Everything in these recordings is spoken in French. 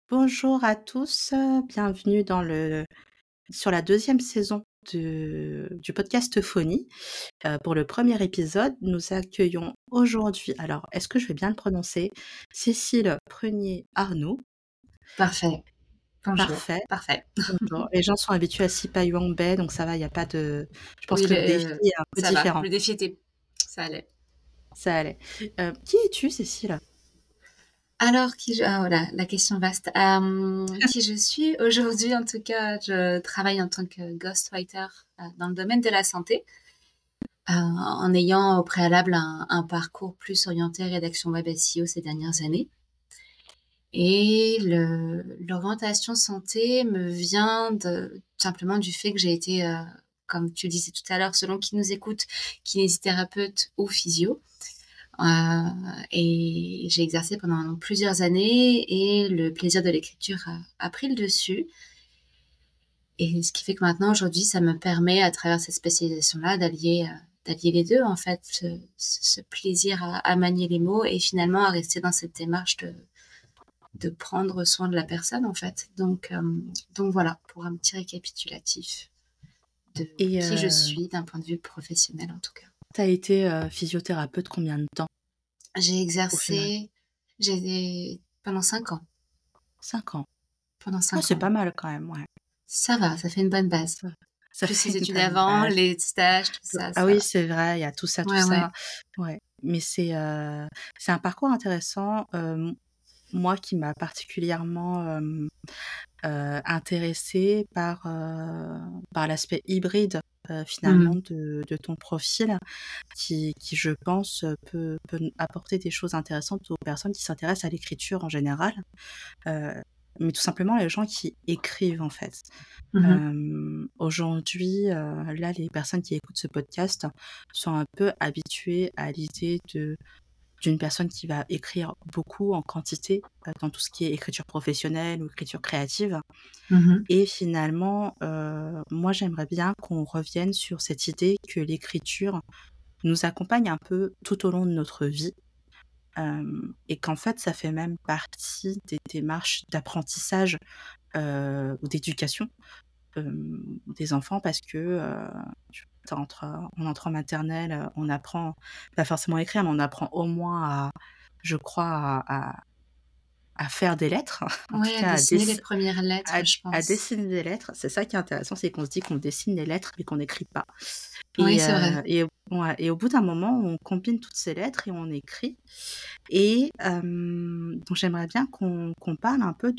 Bonjour à tous, bienvenue sur la deuxième saison du podcast Phonie. Pour le premier épisode, nous accueillons aujourd'hui, alors est-ce que je vais bien le prononcer? Cécile Prunier-Arnaud. Parfait. Bonjour. Parfait, Parfait. bonjour. Les gens sont habitués à Sipaï-Wangbai, donc ça va, il y a pas de je pense Oui, que le défi est un peu ça va, différent. le défi était ça allait. Ça allait. Qui es-tu, Cécile? Alors oh là, la question vaste. Qui je suis? Aujourd'hui, en tout cas, je travaille en tant que ghostwriter, dans le domaine de la santé, en ayant au préalable un parcours plus orienté rédaction web SEO ces dernières années. Et l'orientation santé me vient simplement du fait que j'ai été, comme tu disais tout à l'heure, selon qui nous écoute, kinésithérapeute ou physio. Et j'ai exercé pendant plusieurs années et le plaisir de l'écriture a pris le dessus. Et ce qui fait que maintenant, aujourd'hui, ça me permet, à travers cette spécialisation-là, d'allier les deux, en fait, ce plaisir à manier les mots et finalement à rester dans cette démarche de prendre soin de la personne, en fait. Donc voilà, pour un petit récapitulatif de Et qui je suis d'un point de vue professionnel, en tout cas. tu as été, physiothérapeute combien de temps J'ai au final? exercé pendant 5 ans. 5 ans. Pendant Ah, 5 c'est ans. pas mal quand même, ouais. Ça va, ça fait une bonne base. Ça ça Plus fait les une études bonne avant, base. les stages, tout ça, Ah ça oui, va. c'est vrai, il y a tout ça, tout Ouais, ça. ouais. Ouais, mais c'est un parcours intéressant, moi qui m'a particulièrement, intéressée par l'aspect hybride, finalement Mmh. de ton profil qui je pense, peut apporter des choses intéressantes aux personnes qui s'intéressent à l'écriture en général, heu, mais tout simplement les gens qui écrivent, en fait. Mmh mh. Aujourd'hui, là, les personnes qui écoutent ce podcast sont un peu habituées à l'idée d'une personne qui va écrire beaucoup en quantité, dans tout ce qui est écriture professionnelle ou écriture créative Mmh mh. et finalement, moi, j'aimerais bien qu'on revienne sur cette idée que l'écriture nous accompagne un peu tout au long de notre vie, et qu'en fait, ça fait même partie des démarches d'apprentissage, ou d'éducation des enfants parce que, on entre en maternelle, on apprend pas forcément à écrire, mais on apprend au moins je crois à faire des lettres, en tout Ouais, à cas dessiner les premières lettres, je à pense. dessiner des lettres. C'est ça qui est intéressant, c'est qu'on se dit qu'on dessine les lettres, mais qu'on n'écrit pas Oui, c'est vrai. et au bout d'un moment, on combine toutes ces lettres et on écrit et donc j'aimerais bien qu'on parle un peu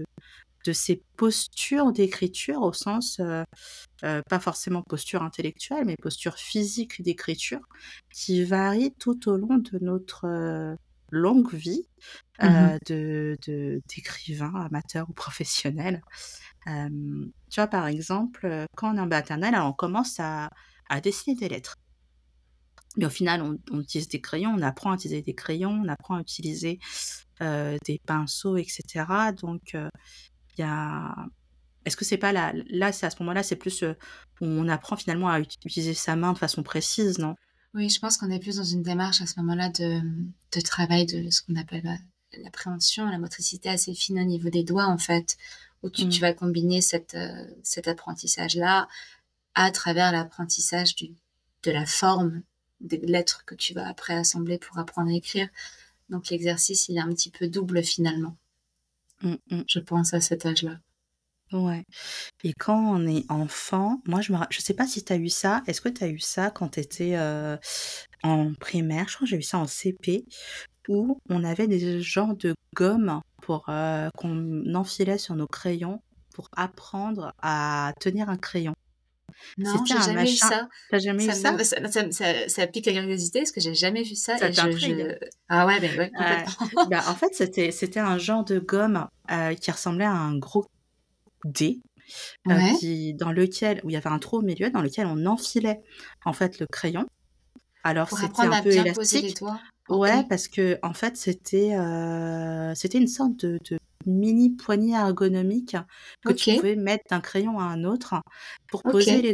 de ces postures d'écriture au sens, pas forcément posture intellectuelle, mais posture physique d'écriture qui varie tout au long de notre, longue vie, Mmh mh. d'écrivain amateur ou professionnel. Tu vois, par exemple, quand on est en maternelle, alors on commence à dessiner des lettres. Mais au final, on utilise des crayons, on apprend à utiliser des crayons, on apprend à utiliser, des pinceaux et cetera. Donc, il y a est-ce que c'est pas là, c'est à ce moment-là, c'est plus, où on apprend finalement à utiliser sa main de façon précise, non? Oui, je pense qu'on est plus dans une démarche à ce moment-là de travail de ce qu'on appelle l'appréhension, la motricité assez fine au niveau des doigts, en fait, où tu Mmh. vas combiner cet apprentissage-là à travers l'apprentissage de la forme des lettres que tu vas après assembler pour apprendre à écrire. Donc l'exercice, il est un petit peu double finalement, Mmh mh. je pense à cet âge-là. Ouais et quand on est enfant, moi je sais pas si tu as eu ça. Est-ce que tu as eu ça quand tu étais, en primaire? Je crois que j'ai eu ça en CP où on avait des genres de gommes qu'on enfilait sur nos crayons pour apprendre à tenir un crayon. Non, C'était j'ai un jamais eu machin ça. tu as jamais eu Ça me ça? donne ça pique la curiosité parce que j'ai jamais vu ça Ça et t'intrigue? ah ouais, beh, ouais, Ouais. complètement. Bah, en fait, c'était un genre de gomme, qui ressemblait à un gros dé, Ouais, qui dans lequel où il y avait un trou au milieu, dans lequel on enfilait, en fait, le crayon. Alors pour c'était apprendre un à peu bien poser les élastique. doigts. OK, Ouais, parce qu'en fait, c'était une sorte de mini poignée ergonomique que tu OK, pouvais mettre d'un crayon à un autre pour poser OK. les doigts.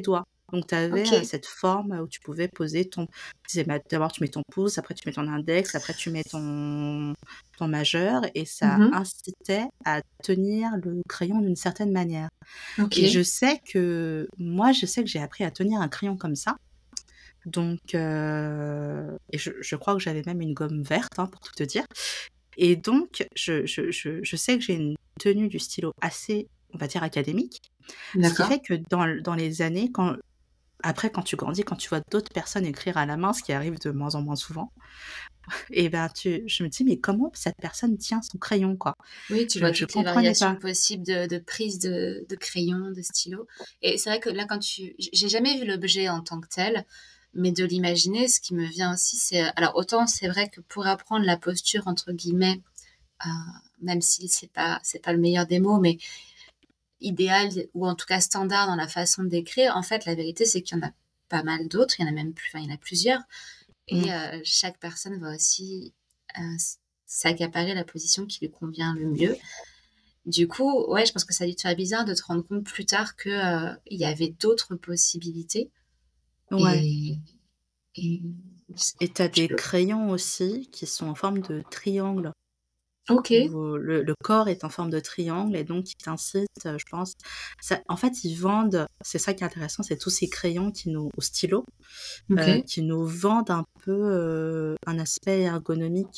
Donc tu avais, OK. cette forme, où tu pouvais poser ton tu disais, bah, d'abord tu mets ton pouce, après tu mets ton index, après tu mets ton majeur et ça Mmh. incitait à tenir le crayon d'une certaine manière. Et OK. je sais que j'ai appris à tenir un crayon comme ça, donc et je crois que j'avais même une gomme verte, hein, pour tout te dire. Et donc je sais que j'ai une tenue du stylo assez, on va dire, académique. Ce qui D'accord. fait que dans les années, quand tu grandis, quand tu vois d'autres personnes écrire à la main, ce qui arrive de moins en moins souvent, et ben, je me dis: «Mais comment cette personne tient son crayon, quoi?» Oui, tu vois Je toutes les comprenais variations pas. possibles de prise de crayon, de stylo et c'est vrai que là, quand j'ai jamais vu l'objet en tant que tel, mais de l'imaginer, ce qui me vient aussi, c'est, alors autant c'est vrai que pour apprendre la «posture» entre guillemets, heu, même si c'est pas le meilleur des mots, mais idéal ou en tout cas standard dans la façon d'écrire, en fait, la vérité, c'est qu'il y en a pas mal d'autres, il y en a même plus enfin, il y en a plusieurs et Mmh. chaque personne va aussi, s'accaparer la position qui lui convient le mieux. Du coup, ouais, je pense que ça a dû te faire bizarre de te rendre compte plus tard que, il y avait d'autres possibilités Ouais, et et s et tu as des je crayons aussi qui sont en forme de triangle, OK. où le corps est en forme de triangle et donc ils t'incitent, je pense ça en fait, ils vendent, c'est ça qui est intéressant, c'est tous ces crayons au stylo, OK. qui nous vendent un peu, un aspect ergonomique,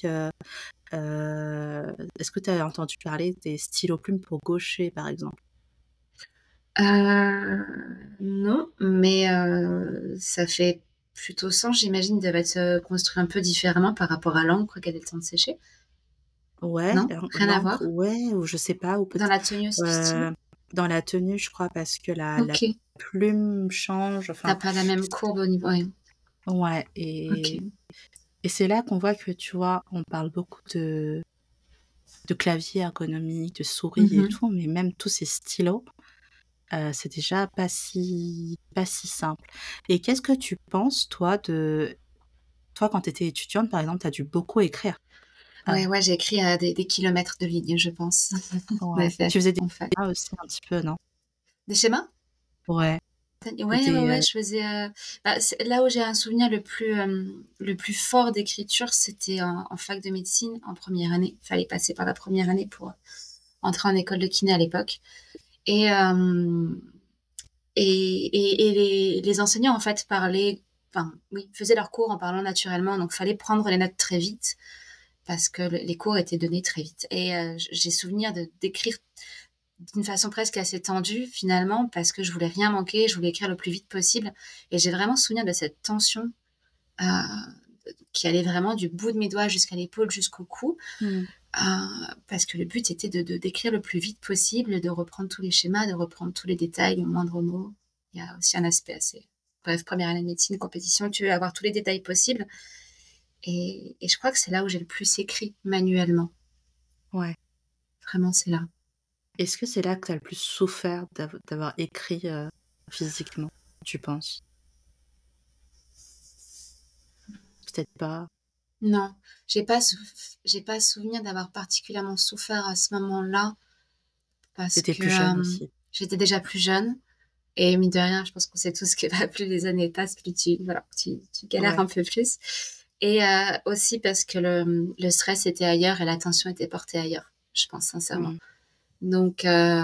est-ce que tu as entendu parler des stylos plumes pour gaucher, par exemple? Non, mais ça fait plutôt sens, j'imagine. Ils doivent être, construits un peu différemment par rapport à l'encre qui a le temps de sécher? Ouais, Non? Rien à l'encre, voir? ouais, ou je sais pas, ou peut Dans la tenue aussi du stylo? dans la tenue, je crois, parce que la OK. plume change, Tu enfin, pas la même courbe au niveau ouais. ouais, OK. et c'est là qu'on voit que, tu vois, on parle beaucoup de clavier ergonomique, de souris et Mmh. tout, mais même tous ces stylos, c'est déjà pas si simple. Et qu'est-ce que tu penses, toi, quand tu étais étudiante, par exemple, tu as dû beaucoup écrire? Heu, Ouais, ouais, j'ai écrit, des kilomètres de lignes, je pense. En ouais. effet, Tu faisais des en fac. schémas aussi un petit peu, non? Des schémas? Ouais, Ouais, ouais, des, ouais, je faisais, bah, c'est là où j'ai un souvenir le plus fort d'écriture, c'était en fac de médecine, en première année. Il fallait passer par la première année pour, entrer en école de kiné à l'époque et hem et les enseignants, en fait, parlaient enfin, oui, faisaient leurs cours en parlant naturellement, donc fallait prendre les notes très vite parce que les cours étaient donnés très vite et j'ai souvenir d'écrire d'une façon presque assez tendue finalement, parce que je voulais rien manquer, je voulais écrire le plus vite possible et j'ai vraiment souvenir de cette tension, heu, qui allait vraiment du bout de mes doigts jusqu'à l'épaule, jusqu'au cou, mmh, parce que le but était de d'écrire le plus vite possible, de reprendre tous les schémas, de reprendre tous les détails, le moindre mot. Il y a aussi un aspect assez bref, première année de médecine, compétition, tu veux avoir tous les détails possibles et je crois que c'est là où j'ai le plus écrit manuellement. ouais. Vraiment, c'est là. Est-ce que c'est là que tu as le plus souffert d'avoir écrit, physiquement, tu penses? Peut-être pas? Non, j'ai pas souvenir d'avoir particulièrement souffert à ce moment-là Tu parce étais que, plus jeune aussi. j'étais déjà plus jeune et mine de rien, je pense qu'on sait tous que, bah, plus les années passent, plus tu galères Ouais. un peu plus et aussi parce que le stress était ailleurs et l'attention était portée ailleurs, je pense sincèrement. Mmh. Donc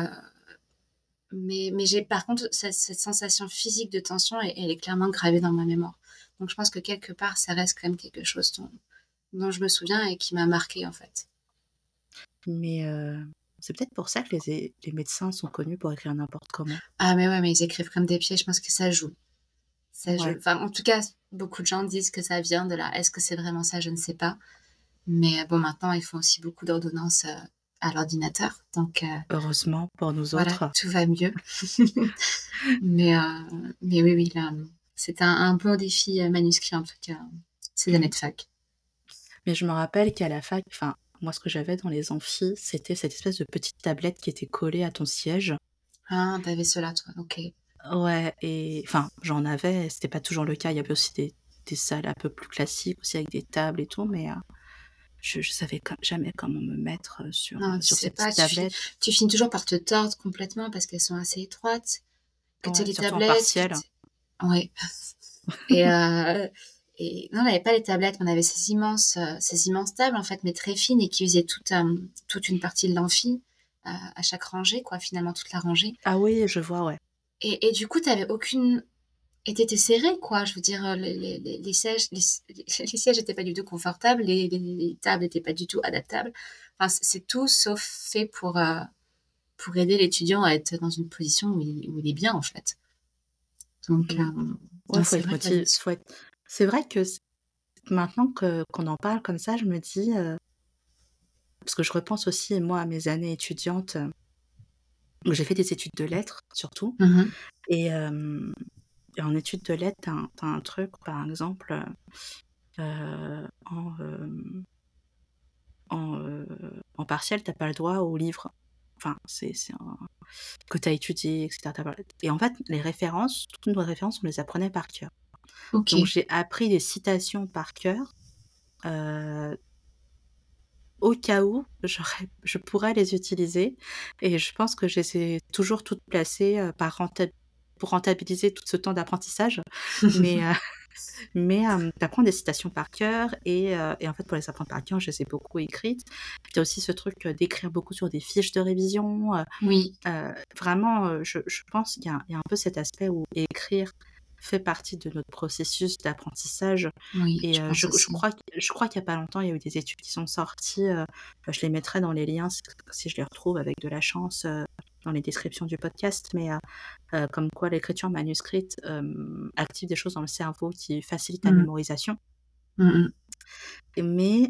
mais j'ai par contre cette sensation physique de tension, elle est clairement gravée dans ma mémoire. Donc je pense que quelque part, ça reste quand même quelque chose dont je me souviens et qui m'a marquée, en fait. Mais c'est peut-être pour ça que les médecins sont connus pour écrire n'importe comment. Ah mais ouais, mais ils écrivent comme des pieds, je pense que ça joue. Ça joue. Ouais, Enfin, en tout cas, beaucoup de gens disent que ça vient de là. Est-ce que c'est vraiment ça? Je ne sais pas. Mais bon, maintenant, ils font aussi beaucoup d'ordonnances, à l'ordinateur. Donc heureusement pour nous voilà, autres. tout va mieux. Mais oui, oui, là, c'était un bon défi, manuscrit, en tout cas, ces années Mmh. de fac. Mais je me rappelle qu'à la fac, enfin, moi, ce que j'avais dans les amphis, c'était cette espèce de petite tablette qui était collée à ton siège. Ah, tu avais cela, toi? OK. Ouais, et enfin, j'en avais, c'était pas toujours le cas. Il y avait aussi des salles un peu plus classiques aussi avec des tables et tout, mais je savais jamais comment me mettre, Non, tu sur sais ces pas, petites tablettes. tu finis toujours par te tordre complètement parce qu'elles sont assez étroites, que tu Ouais, les surtout en tablettes, partiel. Ouais. Et, non, on n'avait pas les tablettes, mais on avait ces immenses tables, en fait, mais très fines et qui faisaient toute une partie de l'amphi à chaque rangée, quoi, finalement, toute la rangée. Ah oui, je vois, ouais. Et du coup, t'avais aucune. Et t'étais serré, quoi. Je veux dire, les sièges, les sièges n'étaient pas du tout confortables, les tables n'étaient pas du tout adaptables. Enfin, c'est tout sauf fait pour aider l'étudiant à être dans une position où il est bien, en fait. Donc, Mmh. Ouais, donc faut c'est être vrai que motivé, là-dessus. faut être c'est vrai que maintenant que qu'on en parle comme ça, je me dis, parce que je repense aussi, moi, à mes années étudiantes, où j'ai fait des études de lettres, surtout. Mhm. Et en études de lettres, tu as un truc, par exemple, en, en partiel, tu as pas le droit aux livres. Enfin, c'est un que tu as étudié et cetera. Et en fait, les références, toutes nos références, on les apprenait par cœur. Ok. Donc j'ai appris des citations par cœur, heu, au cas où je pourrais les utiliser, et je pense que je les ai toujours toutes placées, pour rentabiliser tout ce temps d'apprentissage. Mais tu apprends des citations par cœur, et en fait, pour les apprendre par cœur, je les ai beaucoup écrites. Puis tu as aussi ce truc, d'écrire beaucoup sur des fiches de révision, Oui, vraiment, je pense qu'il y a un peu cet aspect où écrire fait partie de notre processus d'apprentissage. oui, Et je pense aussi. je crois qu'il y a pas longtemps, il y a eu des études qui sont sorties, je les mettrai dans les liens si je les retrouve avec de la chance, dans les descriptions du podcast, mais comme quoi l'écriture manuscrite, active des choses dans le cerveau qui facilitent la Mm, mémorisation. mm, Mais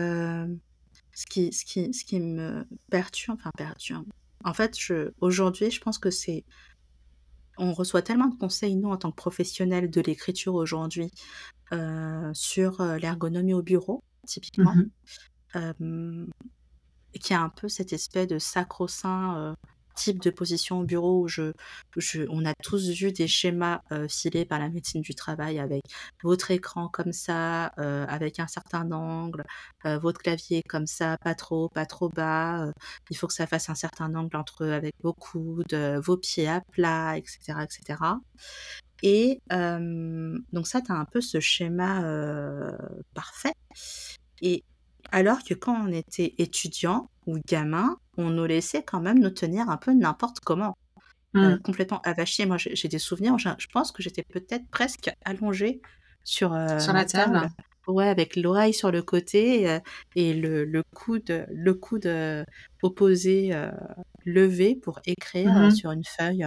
ce qui me perturbe, en fait, aujourd'hui, je pense que c'est on reçoit tellement de conseils, nous, en tant que professionnels de l'écriture aujourd'hui, sur, l'ergonomie au bureau, mm, typiquement, hem qu'il y a un peu cette espèce de sacro-saint, type de position au bureau où on a tous vu des schémas, filés par la médecine du travail avec votre écran comme ça, avec un certain angle, votre clavier comme ça, pas trop bas, il faut que ça fasse un certain angle avec vos coudes, vos pieds à plat, et cetera, et cetera. Et donc ça, tu as un peu ce schéma, parfait. Et alors que quand on était étudiant ou gamin, on nous laissait quand même nous tenir un peu n'importe comment, mm. complètement avachis. Moi, j'ai des souvenirs, je pense que j'étais peut-être presque allongée sur, Sur la ma table, table. ouais, avec l'oreille sur le côté, et le coude, opposé, levé pour écrire, Mhm. sur une feuille.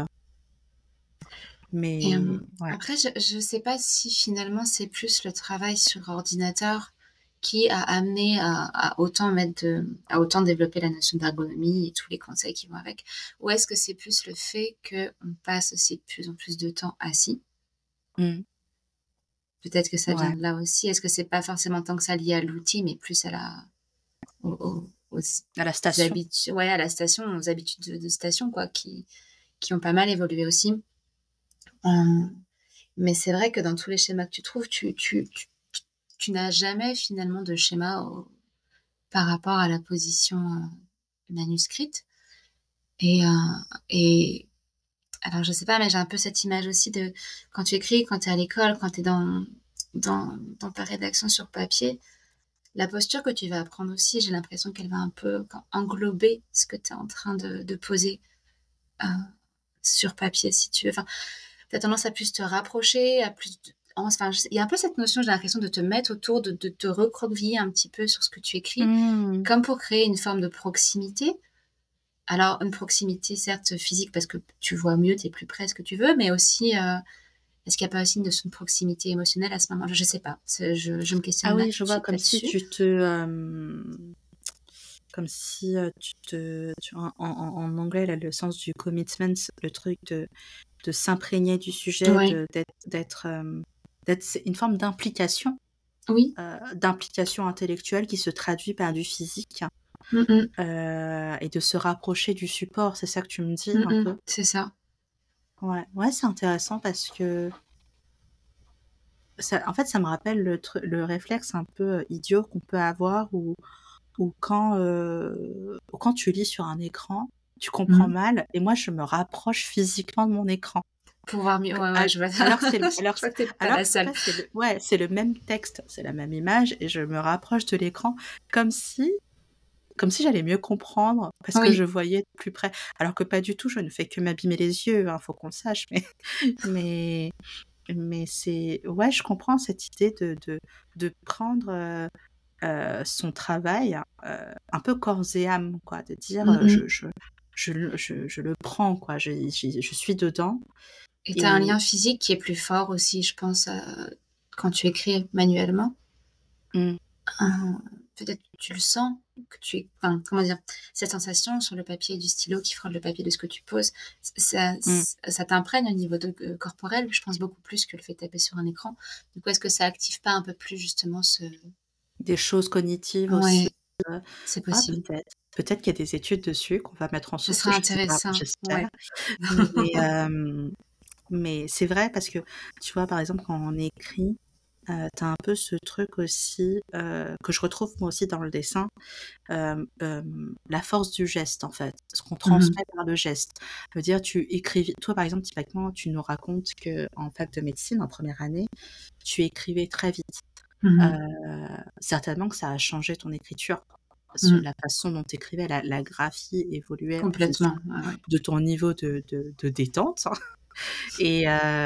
Et Mais ouais. après, je sais pas si finalement c'est plus le travail sur ordinateur qui a amené à autant à autant développer la notion d'ergonomie et tous les conseils qui vont avec, ou est-ce que c'est plus le fait qu'on passe aussi de plus en plus de temps assis? Mmh. Peut-être que ça vient Ouais. de là aussi. Est-ce que c'est pas forcément tant que ça lié à l'outil, mais plus à aux À la station. habitudes, ouais, à la station, aux habitudes de station, quoi, qui ont pas mal évolué aussi. Mais c'est vrai que dans tous les schémas que tu trouves, tu n'as jamais finalement de schéma par rapport à la position manuscrite. Et, et alors, je sais pas, mais j'ai un peu cette image aussi de quand tu écris, quand tu es à l'école, quand tu es dans ta rédaction sur papier, la posture que tu vas apprendre aussi, j'ai l'impression qu'elle va un peu englober ce que tu es en train de poser euh, sur papier, si tu veux. Enfin, tu as tendance à plus te rapprocher, à plus. Enfin, il y a un peu cette notion, j'ai l'impression, de te mettre autour, de te recroqueviller un petit peu sur ce que tu écris, Mmh. comme pour créer une forme de proximité. Alors, une proximité, certes, physique, parce que tu vois mieux, tu es plus près, ce que tu veux, mais aussi, est-ce qu'il n'y a pas aussi une notion de proximité émotionnelle à ce moment-là? Je ne sais pas. Je me Ah questionne là oui, tout je de vois, suite comme si là-dessus. tu te, comme si, en anglais, là, le sens du commitment, le truc de s'imprégner du sujet, Oui, c'est une forme d'implication, oui, d'implication intellectuelle qui se traduit par du physique, mm -mm, et de se rapprocher du support. C'est ça que tu me dis un peu? c'est ça. Ouais, ouais, c'est intéressant parce que ça, en fait, ça me rappelle le réflexe un peu, idiot qu'on peut avoir, ou quand tu lis sur un écran, tu comprends Mm. mal, et moi je me rapproche physiquement de mon écran. Pouvoir mieux, ouais, ouais, Al je vois alors c'est le je vois que tu pas alors la en seule. fait, c'est le même texte, c'est la même image et je me rapproche de l'écran comme si j'allais mieux comprendre parce que je Oui, voyais de plus près. Alors que pas du tout, je ne fais que m'abîmer les yeux, hein, faut qu'on le sache, mais mais c'est ouais, je comprends cette idée de prendre, son travail, un peu corps et âme, quoi, de dire, mmh mh, je le prends, quoi, je suis dedans et tu as un et lien physique qui est plus fort aussi, je pense, quand tu écris manuellement. mmh, Heu, peut-être que tu le sens, que tu es enfin, comment dire? Cette sensation sur le papier du stylo qui frotte le papier de ce que tu poses, mmh, ça t'imprègne au niveau de corporel, je pense beaucoup plus que le fait de taper sur un écran. Du coup, est-ce que ça active pas un peu plus justement ce des choses cognitives aussi, ouais, heu, c'est ah possible. peut-être, peut-être qu'il y a des études dessus qu'on va mettre en Ce source, serait je sais pas, intéressant, j'espère, ouais. mais c'est vrai parce que, tu vois, par exemple, quand on écrit, tu as un peu ce truc aussi, que je retrouve moi aussi dans le dessin, la force du geste, en fait, ce qu'on Mmh mh. transmet par le geste. Je veux dire, tu écrivais toi, par exemple, typiquement, tu nous racontes qu'en fac de médecine, en première année, tu écrivais très vite. Mmh Heu, mh. certainement que ça a changé ton écriture, ce Mmh. la façon dont tu écrivais, la graphie évoluait en fonction Complètement, ouais, ouais. de ton niveau de détente. Et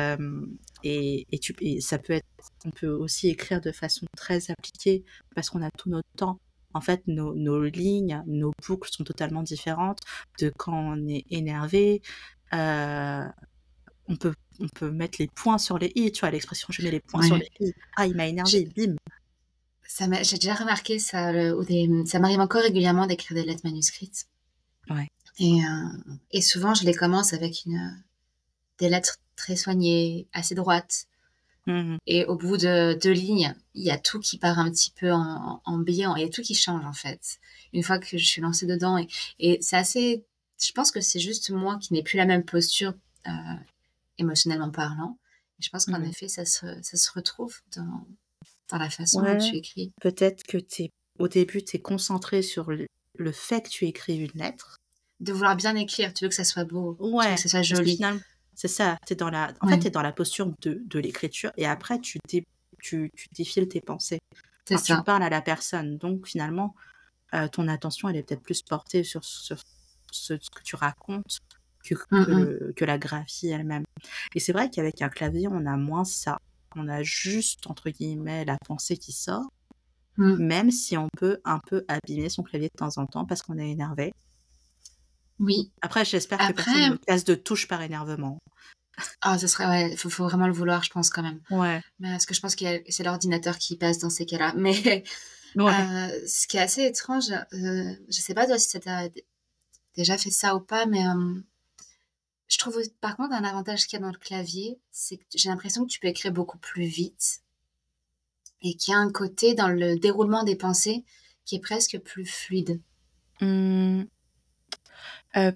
ça peut être on peut aussi écrire de façon très appliquée parce qu'on a tout notre temps. En fait, nos lignes, nos boucles sont totalement différentes de quand on est énervé. Heu, on peut mettre les points sur les i, tu vois? L'expression: «Je mets les points sur les Ouais. i». «Ah, il m'a J'ai énervé», bim! j'ai déjà remarqué ça, ou ça m'arrive encore régulièrement d'écrire des lettres manuscrites Ouais. et souvent je les commence avec des lettres très soignées, assez droites Mmh mh. et au bout de 2 lignes, il y a tout qui part un petit peu en biais, il y a tout qui change, en fait. Une fois que je suis lancée dedans et c'est assez je pense que c'est juste moi qui n'ai plus la même posture, heu, émotionnellement parlant et je pense qu'en Mmh. effet ça se retrouve dans la façon dont Ouais, tu écris. peut-être que au début, tu es concentré sur le fait que tu écrives une lettre. De vouloir bien écrire, tu veux que ça soit beau, tu veux que Ouais, ça soit parce que joli. finalement c'est ça, tu es dans la en fait, tu Ouais, es dans la posture de l'écriture et après tu défiles tes pensées. c'est Enfin, tu ça. parles à la personne donc finalement, ton attention, elle est peut-être plus portée sur ce que tu racontes Mmh mh. que la graphie elle-même et c'est vrai qu'avec un clavier, on a moins ça. On a juste, entre guillemets, «la pensée» qui sort, Mmh. même si on peut un peu abîmer son clavier de temps en temps parce qu'on est énervé. Oui. Après, j'espère que personne Après ne casse de touche par énervement. ce serait ouais, faut vraiment le vouloir, je pense quand même. Ouais, Mais parce que je pense qu'il y a c'est l'ordinateur qui passe dans ces cas-là. Mais, ouais. ce qui est assez étrange, je sais pas toi si ça t'a déjà fait ça ou pas, mais, je trouve par contre un avantage qu'il y a dans le clavier, c'est que j'ai l'impression que tu peux écrire beaucoup plus vite et qu'il y a un côté dans le déroulement des pensées qui est presque plus fluide. Mmh, heu,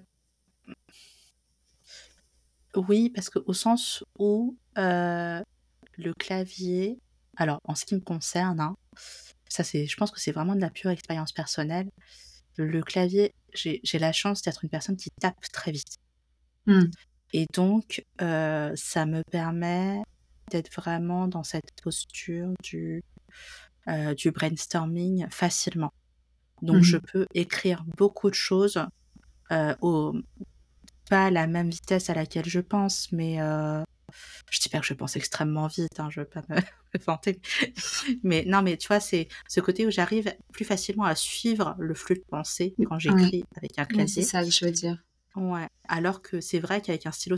oui, parce qu'au sens où, le clavier alors en ce qui me concerne, hein, ça c'est je pense que c'est vraiment de la pure expérience personnelle. Le clavier, j'ai la chance d'être une personne qui tape très vite Mmh. et donc ça me permet d'être vraiment dans cette posture du brainstorming facilement. Mmh Donc je mh. peux écrire beaucoup de choses, au pas à la même vitesse à laquelle je pense, mais je dis pas que je pense extrêmement vite, hein, je veux pas me me vanter, mais non, mais tu vois, c'est ce côté où j'arrive plus facilement à suivre le flux de pensée quand Oui, j'écris avec un oui, c'est clavier. ça que je veux dire. Ouais, alors que c'est vrai qu'avec un stylo,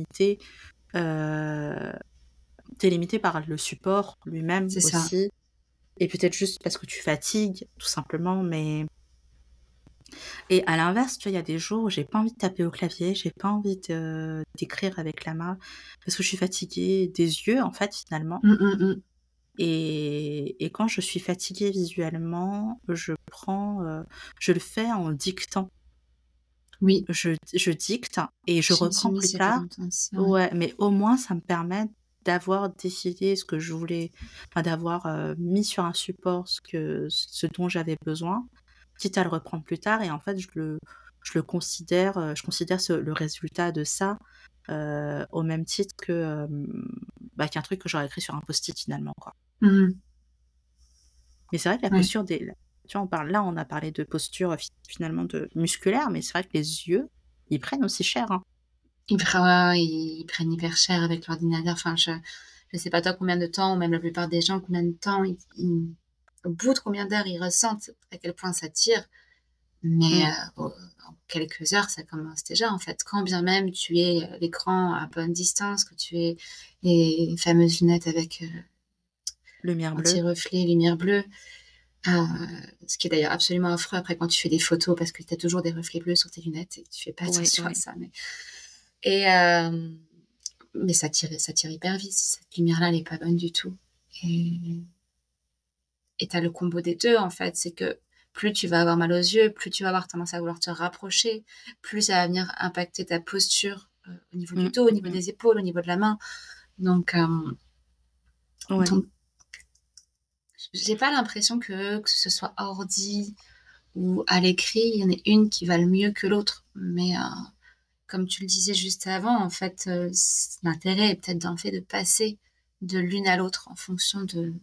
heu, tu limité par le support lui-même C'est ça. aussi et peut-être juste parce que tu fatigues tout simplement, mais et à l'inverse, tu vois, il y a des jours où j'ai pas envie de taper au clavier, j'ai pas envie d'écrire avec la main parce que je suis fatiguée des yeux, en fait, finalement. Mmh, mmh mh. Et quand je suis fatiguée visuellement, je le fais en dictant. Oui, Je dicte et je je me suis reprends plus mise il y a pas tard. longtemps aussi, ouais. Ouais, mais au moins ça me permet d'avoir décidé ce que je voulais, enfin d'avoir, mis sur un support ce dont j'avais besoin, quitte à le reprendre plus tard et en fait je considère le résultat de ça, au même titre que, qu'un truc que j'aurais écrit sur un post-it finalement, quoi. Mmh. Mais c'est vrai que la Ouais. posture des tu vois, on a parlé de posture, finalement de musculaire, mais c'est vrai que les yeux, ils prennent aussi cher, hein. Ils prennent hyper cher avec l'ordinateur. Enfin, je sais pas toi combien de temps ou même la plupart des gens, combien de temps au bout de combien d'heures ils ressentent à quel point ça tire. Mais, Mmh. au en quelques heures, ça commence déjà, en fait. Quand bien même tu aies, l'écran à bonne distance, que tu aies les fameuses lunettes avec, Lumière bleue. anti-reflet, lumière bleue, heu, ce qui est d'ailleurs absolument affreux après quand tu fais des photos parce que tu as toujours des reflets bleus sur tes lunettes et tu fais pas Oui, attention à oui. ça, et mais ça tire hyper vite. Cette lumière-là, elle est pas bonne du tout, et tu as le combo des 2 en fait. C'est que plus tu vas avoir mal aux yeux, plus tu vas avoir tendance à vouloir te rapprocher, plus ça va venir impacter ta posture, au niveau du Mmh, dos, au niveau mmh. des épaules, au niveau de la main. Donc Ouais. donc j'ai pas l'impression que ce soit ordi ou à l'écrit, il y en ait une qui va le mieux que l'autre. Mais comme tu le disais juste avant, en fait, l'intérêt est peut-être dans le fait de passer de l'une à l'autre en fonction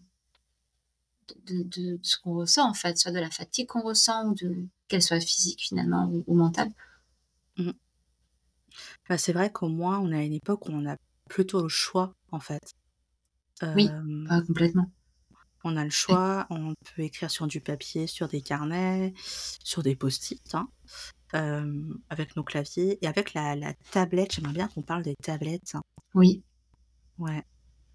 de ce qu'on ressent, en fait, soit de la fatigue qu'on ressent ou qu'elle soit physique finalement ou mentale. Mmh. Bah, c'est vrai qu'au moins, on est à une époque où on a plutôt le choix, en fait. Oui, Hem, complètement. on a le Et choix, on peut écrire sur du papier, sur des carnets, sur des post-it, hein, avec nos claviers et avec la tablette. J'aimerais bien qu'on parle des tablettes. oui, Ouais,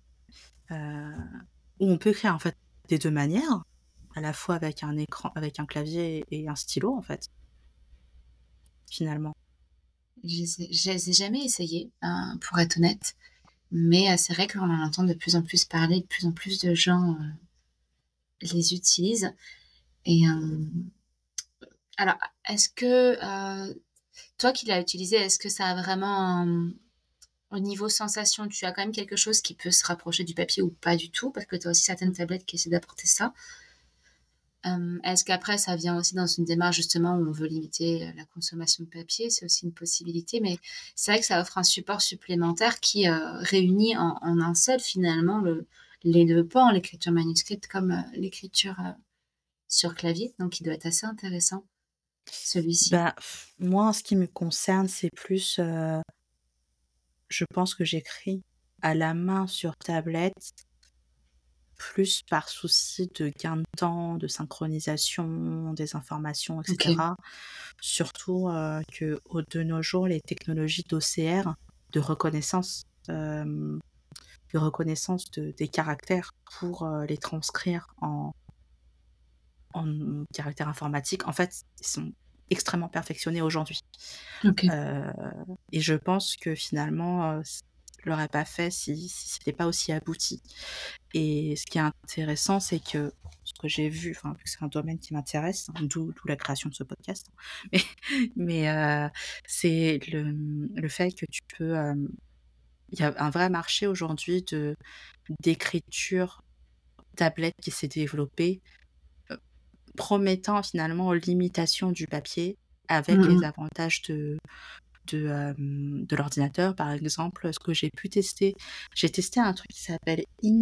où on peut écrire, en fait, des 2 manières, à la fois avec un écran avec un clavier et un stylo, en fait, finalement. je les ai jamais essayées, pour être honnête, mais c'est vrai qu'on en entend de plus en plus parler, de plus en plus de gens, les utilisent. Et alors, est-ce que, toi qui l'as utilisé, est-ce que ça a vraiment, au niveau sensation, tu as quand même quelque chose qui peut se rapprocher du papier ou pas du tout? Parce que tu as aussi certaines Mmh. tablettes qui essaient d'apporter ça. Est-ce qu'après ça vient aussi dans une démarche justement où on veut limiter, la consommation de papier? C'est aussi une possibilité, mais c'est vrai que ça offre un support supplémentaire qui, réunit en un seul finalement les 2 pans, l'écriture manuscrite comme, l'écriture, sur clavier, donc il doit être assez intéressant, celui-ci. Bah, moi, en ce qui me concerne, c'est plus, je pense que j'écris à la main sur tablette, plus par souci de gain de temps, de synchronisation des informations et OK. cetera. Surtout, qu'au de nos jours, les technologies d'OCR, de reconnaissance, de reconnaissance des caractères pour, les transcrire en caractères informatiques, en fait, ils sont extrêmement perfectionnés aujourd'hui. OK. Heu et je pense que finalement, je l'aurais pas fait si c'était pas aussi abouti et ce qui est intéressant, c'est que ce que j'ai vu, enfin, vu que c'est un domaine qui m'intéresse, hein, d'où la création de ce podcast, mais c'est le fait que tu peux, il y a un vrai marché aujourd'hui d'écriture tablette qui s'est développé, heu, promettant finalement l'imitation du papier avec Mmh les mh. avantages de l'ordinateur. Par exemple, ce que j'ai testé un truc qui s'appelle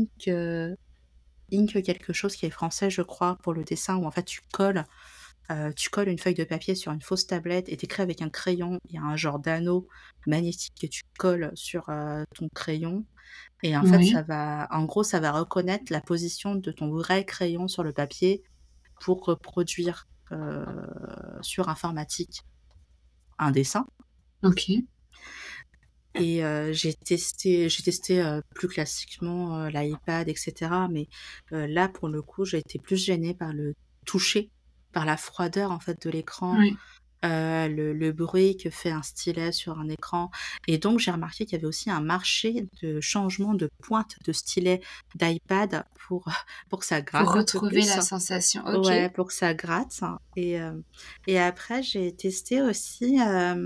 Ink quelque chose qui est français, je crois, pour le dessin où en fait tu colles une feuille de papier sur une fausse tablette et tu écris avec un crayon. Il y a un genre d'anneau magnétique que tu colles sur, ton crayon et en fait Oui. ça va reconnaître la position de ton vrai crayon sur le papier pour reproduire, sur informatique un dessin. OK. Et j'ai testé, plus classiquement, l'iPad et cetera, mais là, pour le coup, j'ai été plus gênée par le toucher, par la froideur, en fait, de l'écran, Oui. le bruit que fait un stylet sur un écran et donc j'ai remarqué qu'il y avait aussi un marché de changement de pointe de stylet d'iPad pour, pour que ça Pour gratte un peu retrouver plus. la sensation. OK. Ouais, pour que ça gratte et après j'ai testé aussi,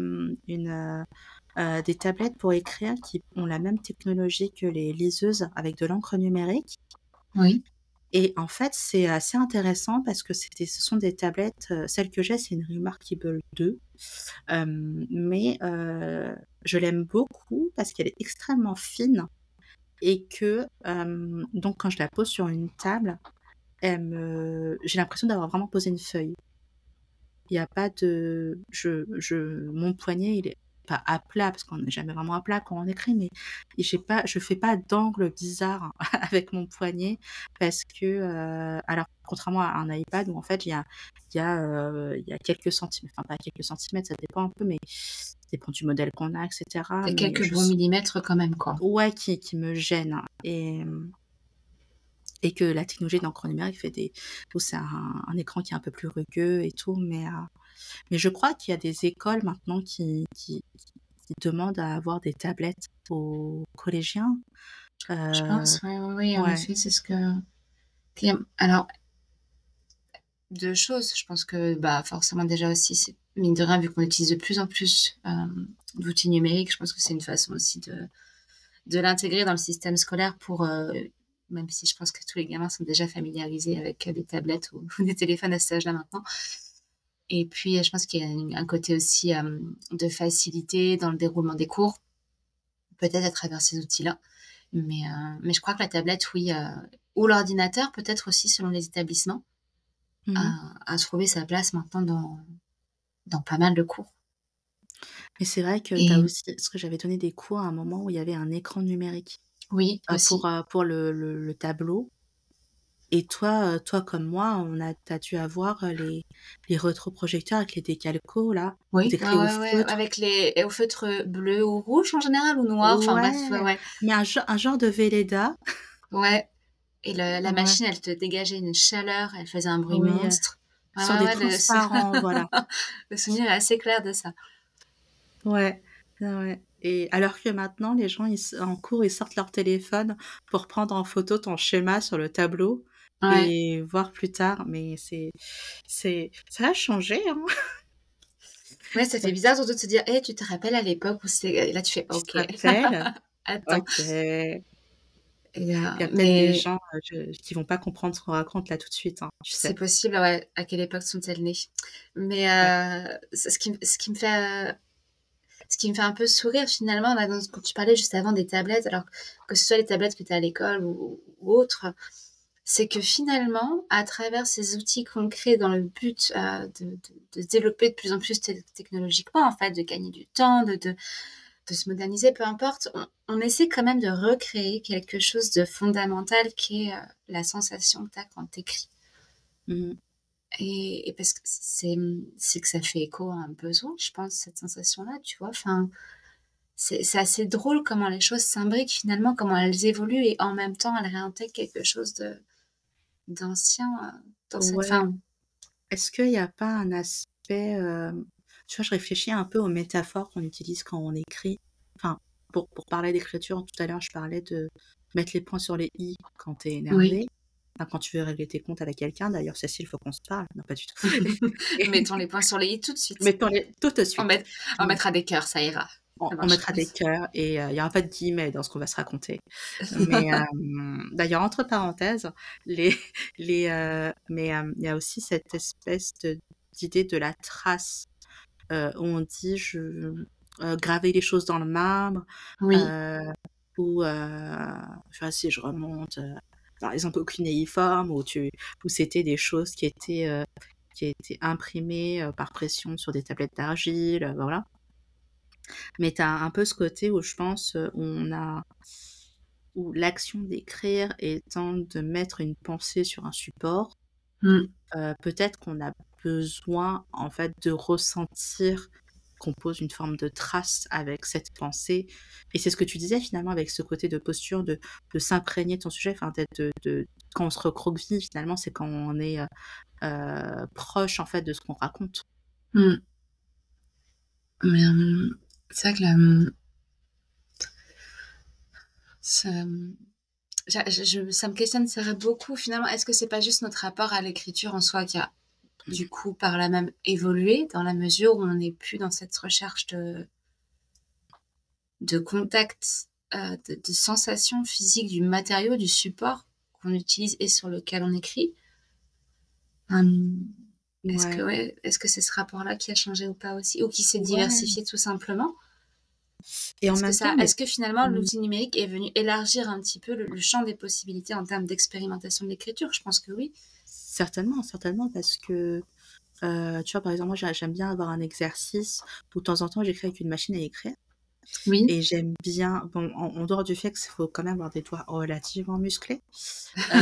des tablettes pour écrire qui ont la même technologie que les liseuses avec de l'encre numérique Oui. Et en fait, c'est assez intéressant parce que ce sont des tablettes, celle que j'ai, c'est une Remarkable 2, mais je l'aime beaucoup parce qu'elle est extrêmement fine et que, donc quand je la pose sur une table, j'ai l'impression d'avoir vraiment posé une feuille. Il y a pas de mon poignet, il est pas à plat parce qu'on n'est jamais vraiment à plat quand on écrit, mais je fais pas d'angle bizarre avec mon poignet parce que, alors contrairement à un iPad où en fait il y a quelques centimètres, enfin pas quelques centimètres, ça dépend un peu, mais ça dépend du modèle qu'on a et cetera, Tu mais quelques je bons s millimètres quand même, quoi. ouais, qui me gêne et que la technologie d'encre numérique fait des où c'est un écran qui est un peu plus rugueux et tout, mais je crois qu'il y a des écoles maintenant qui demandent à avoir des tablettes aux collégiens. Je Heu, pense, ouais, ouais, oui, en ouais. effet, c'est ce que alors 2 choses, je pense que, bah, forcément déjà aussi, c'est mine de rien, vu qu'on utilise de plus en plus, d'outils numériques, je pense que c'est une façon aussi de l'intégrer dans le système scolaire pour, même si je pense que tous les gamins sont déjà familiarisés avec, des tablettes ou ou des téléphones à cet âge-là maintenant. Et puis, je pense qu'il y a un côté aussi, de facilité dans le déroulement des cours, peut-être à travers ces outils-là. Mais je crois que la tablette, oui, ou l'ordinateur peut-être aussi selon les établissements, Mmh. a trouvé sa place maintenant dans pas mal de cours. Mais c'est vrai que tu as Et aussi parce que j'avais donné des cours à un moment où il y avait un écran numérique, oui, aussi. pour le tableau et toi comme moi, tu as dû avoir, les rétroprojecteurs avec les décalcos là, où tu Oui, ouais, écris au ouais, ouais, feutre. avec les au feutre bleu ou rouge en général ou noir, enfin bref, ouais, Ouais, ouais. mais un genre de Velleda. Ouais, et la Ouais, machine, elle te dégageait une chaleur, elle faisait un bruit oui, monstre. Ouais, sur ouais, des ouais, transparents, voilà. le souvenir est assez clair de ça. Ouais, ouais, ouais et alors que maintenant les gens en cours, ils sortent leur téléphone pour prendre en photo ton schéma sur le tableau Ouais. et voir plus tard, mais ça a changé, hein. Ouais, ça fait bizarre surtout de se dire: «Eh, tu te rappelles à l'époque où c'est» et là tu fais: Tu te «OK, rappelles? attends» OK. Il et y a peut-être des mais gens, qui vont pas comprendre ce qu'on raconte là tout de suite, hein, tu c'est sais? possible, ouais. À quelle époque sont-elles nées? Mais Ouais. ce qui me fait un peu sourire finalement, là, quand tu parlais juste avant des tablettes, alors que ce soit les tablettes que tu as à l'école ou autres, c'est que finalement, à travers ces outils qu'on crée dans le but, de se développer de plus en plus technologiquement, en fait, de gagner du temps, de se moderniser, peu importe, on essaie quand même de recréer quelque chose de fondamental qui est, la sensation que tu as quand tu écris. Mmh. Et parce que c'est que ça fait écho à un besoin, je pense, cette sensation-là, tu vois? Enfin, c'est assez drôle comment les choses s'imbriquent finalement, comment elles évoluent et en même temps, elles réintègrent quelque chose d'ancien, dans cette Ouais. fin. Est-ce qu'il y a pas un aspect, tu vois, je réfléchis un peu aux métaphores qu'on utilise quand on écrit. Enfin, pour parler d'écriture, tout à l'heure, je parlais de mettre les points sur les i quand tu es Oui. énervé, enfin, quand tu veux régler tes comptes avec quelqu'un. D'ailleurs, Cécile, faut qu'on se parle. Non, pas du tout. Et Mettons les points sur les i tout de suite. mettons-les tout de On suite. met on mettra des cœurs, ça ira. Ça On marchera mettra des aussi. cœurs et il y aura pas de guillemets dans ce qu'on va se raconter. Mais, d'ailleurs, entre parenthèses, les il y a aussi cette espèce d'idée de la trace, où on dit graver les choses dans le marbre, Oui, heu, ou, tu vois, si je remonte, par exemple au cunéiforme où c'était des choses qui étaient imprimées, par pression sur des tablettes d'argile, voilà. Mais tu as un peu ce côté où je pense, où l'action d'écrire étant de mettre une pensée sur un support, mmh, peut-être qu'on a besoin, en fait, de ressentir qu'on pose une forme de trace avec cette pensée et c'est ce que tu disais finalement avec ce côté de posture, de s'imprégner de ton sujet, enfin d'être de quand on se recroqueville finalement, c'est quand on est, proche en fait de ce qu'on raconte. mmh, mais, c'est vrai que ça, ça me questionne, ça vrai beaucoup finalement. Est-ce que c'est pas juste notre rapport à l'écriture en soi qui a, du coup, par là même évolué dans la mesure où on n'est plus dans cette recherche de contact, de sensation physique du matériau, du support qu'on utilise et sur lequel on écrit. Hem, Ouais, est-ce que c'est ce rapport-là qui a changé ou pas aussi? Ou qui s'est ouais diversifié tout simplement? et en même temps, mais Est-ce que finalement mmh, l'outil numérique est venu élargir un petit peu le champ des possibilités en termes d'expérimentation de l'écriture? Je pense que oui. certainement, certainement parce que, tu vois, par exemple, moi, j'aime bien avoir un exercice où de temps en temps, j'écris avec une machine à écrire Oui. et j'aime bien bon, en dehors du fait qu'il faut quand même avoir des doigts relativement musclés, heu,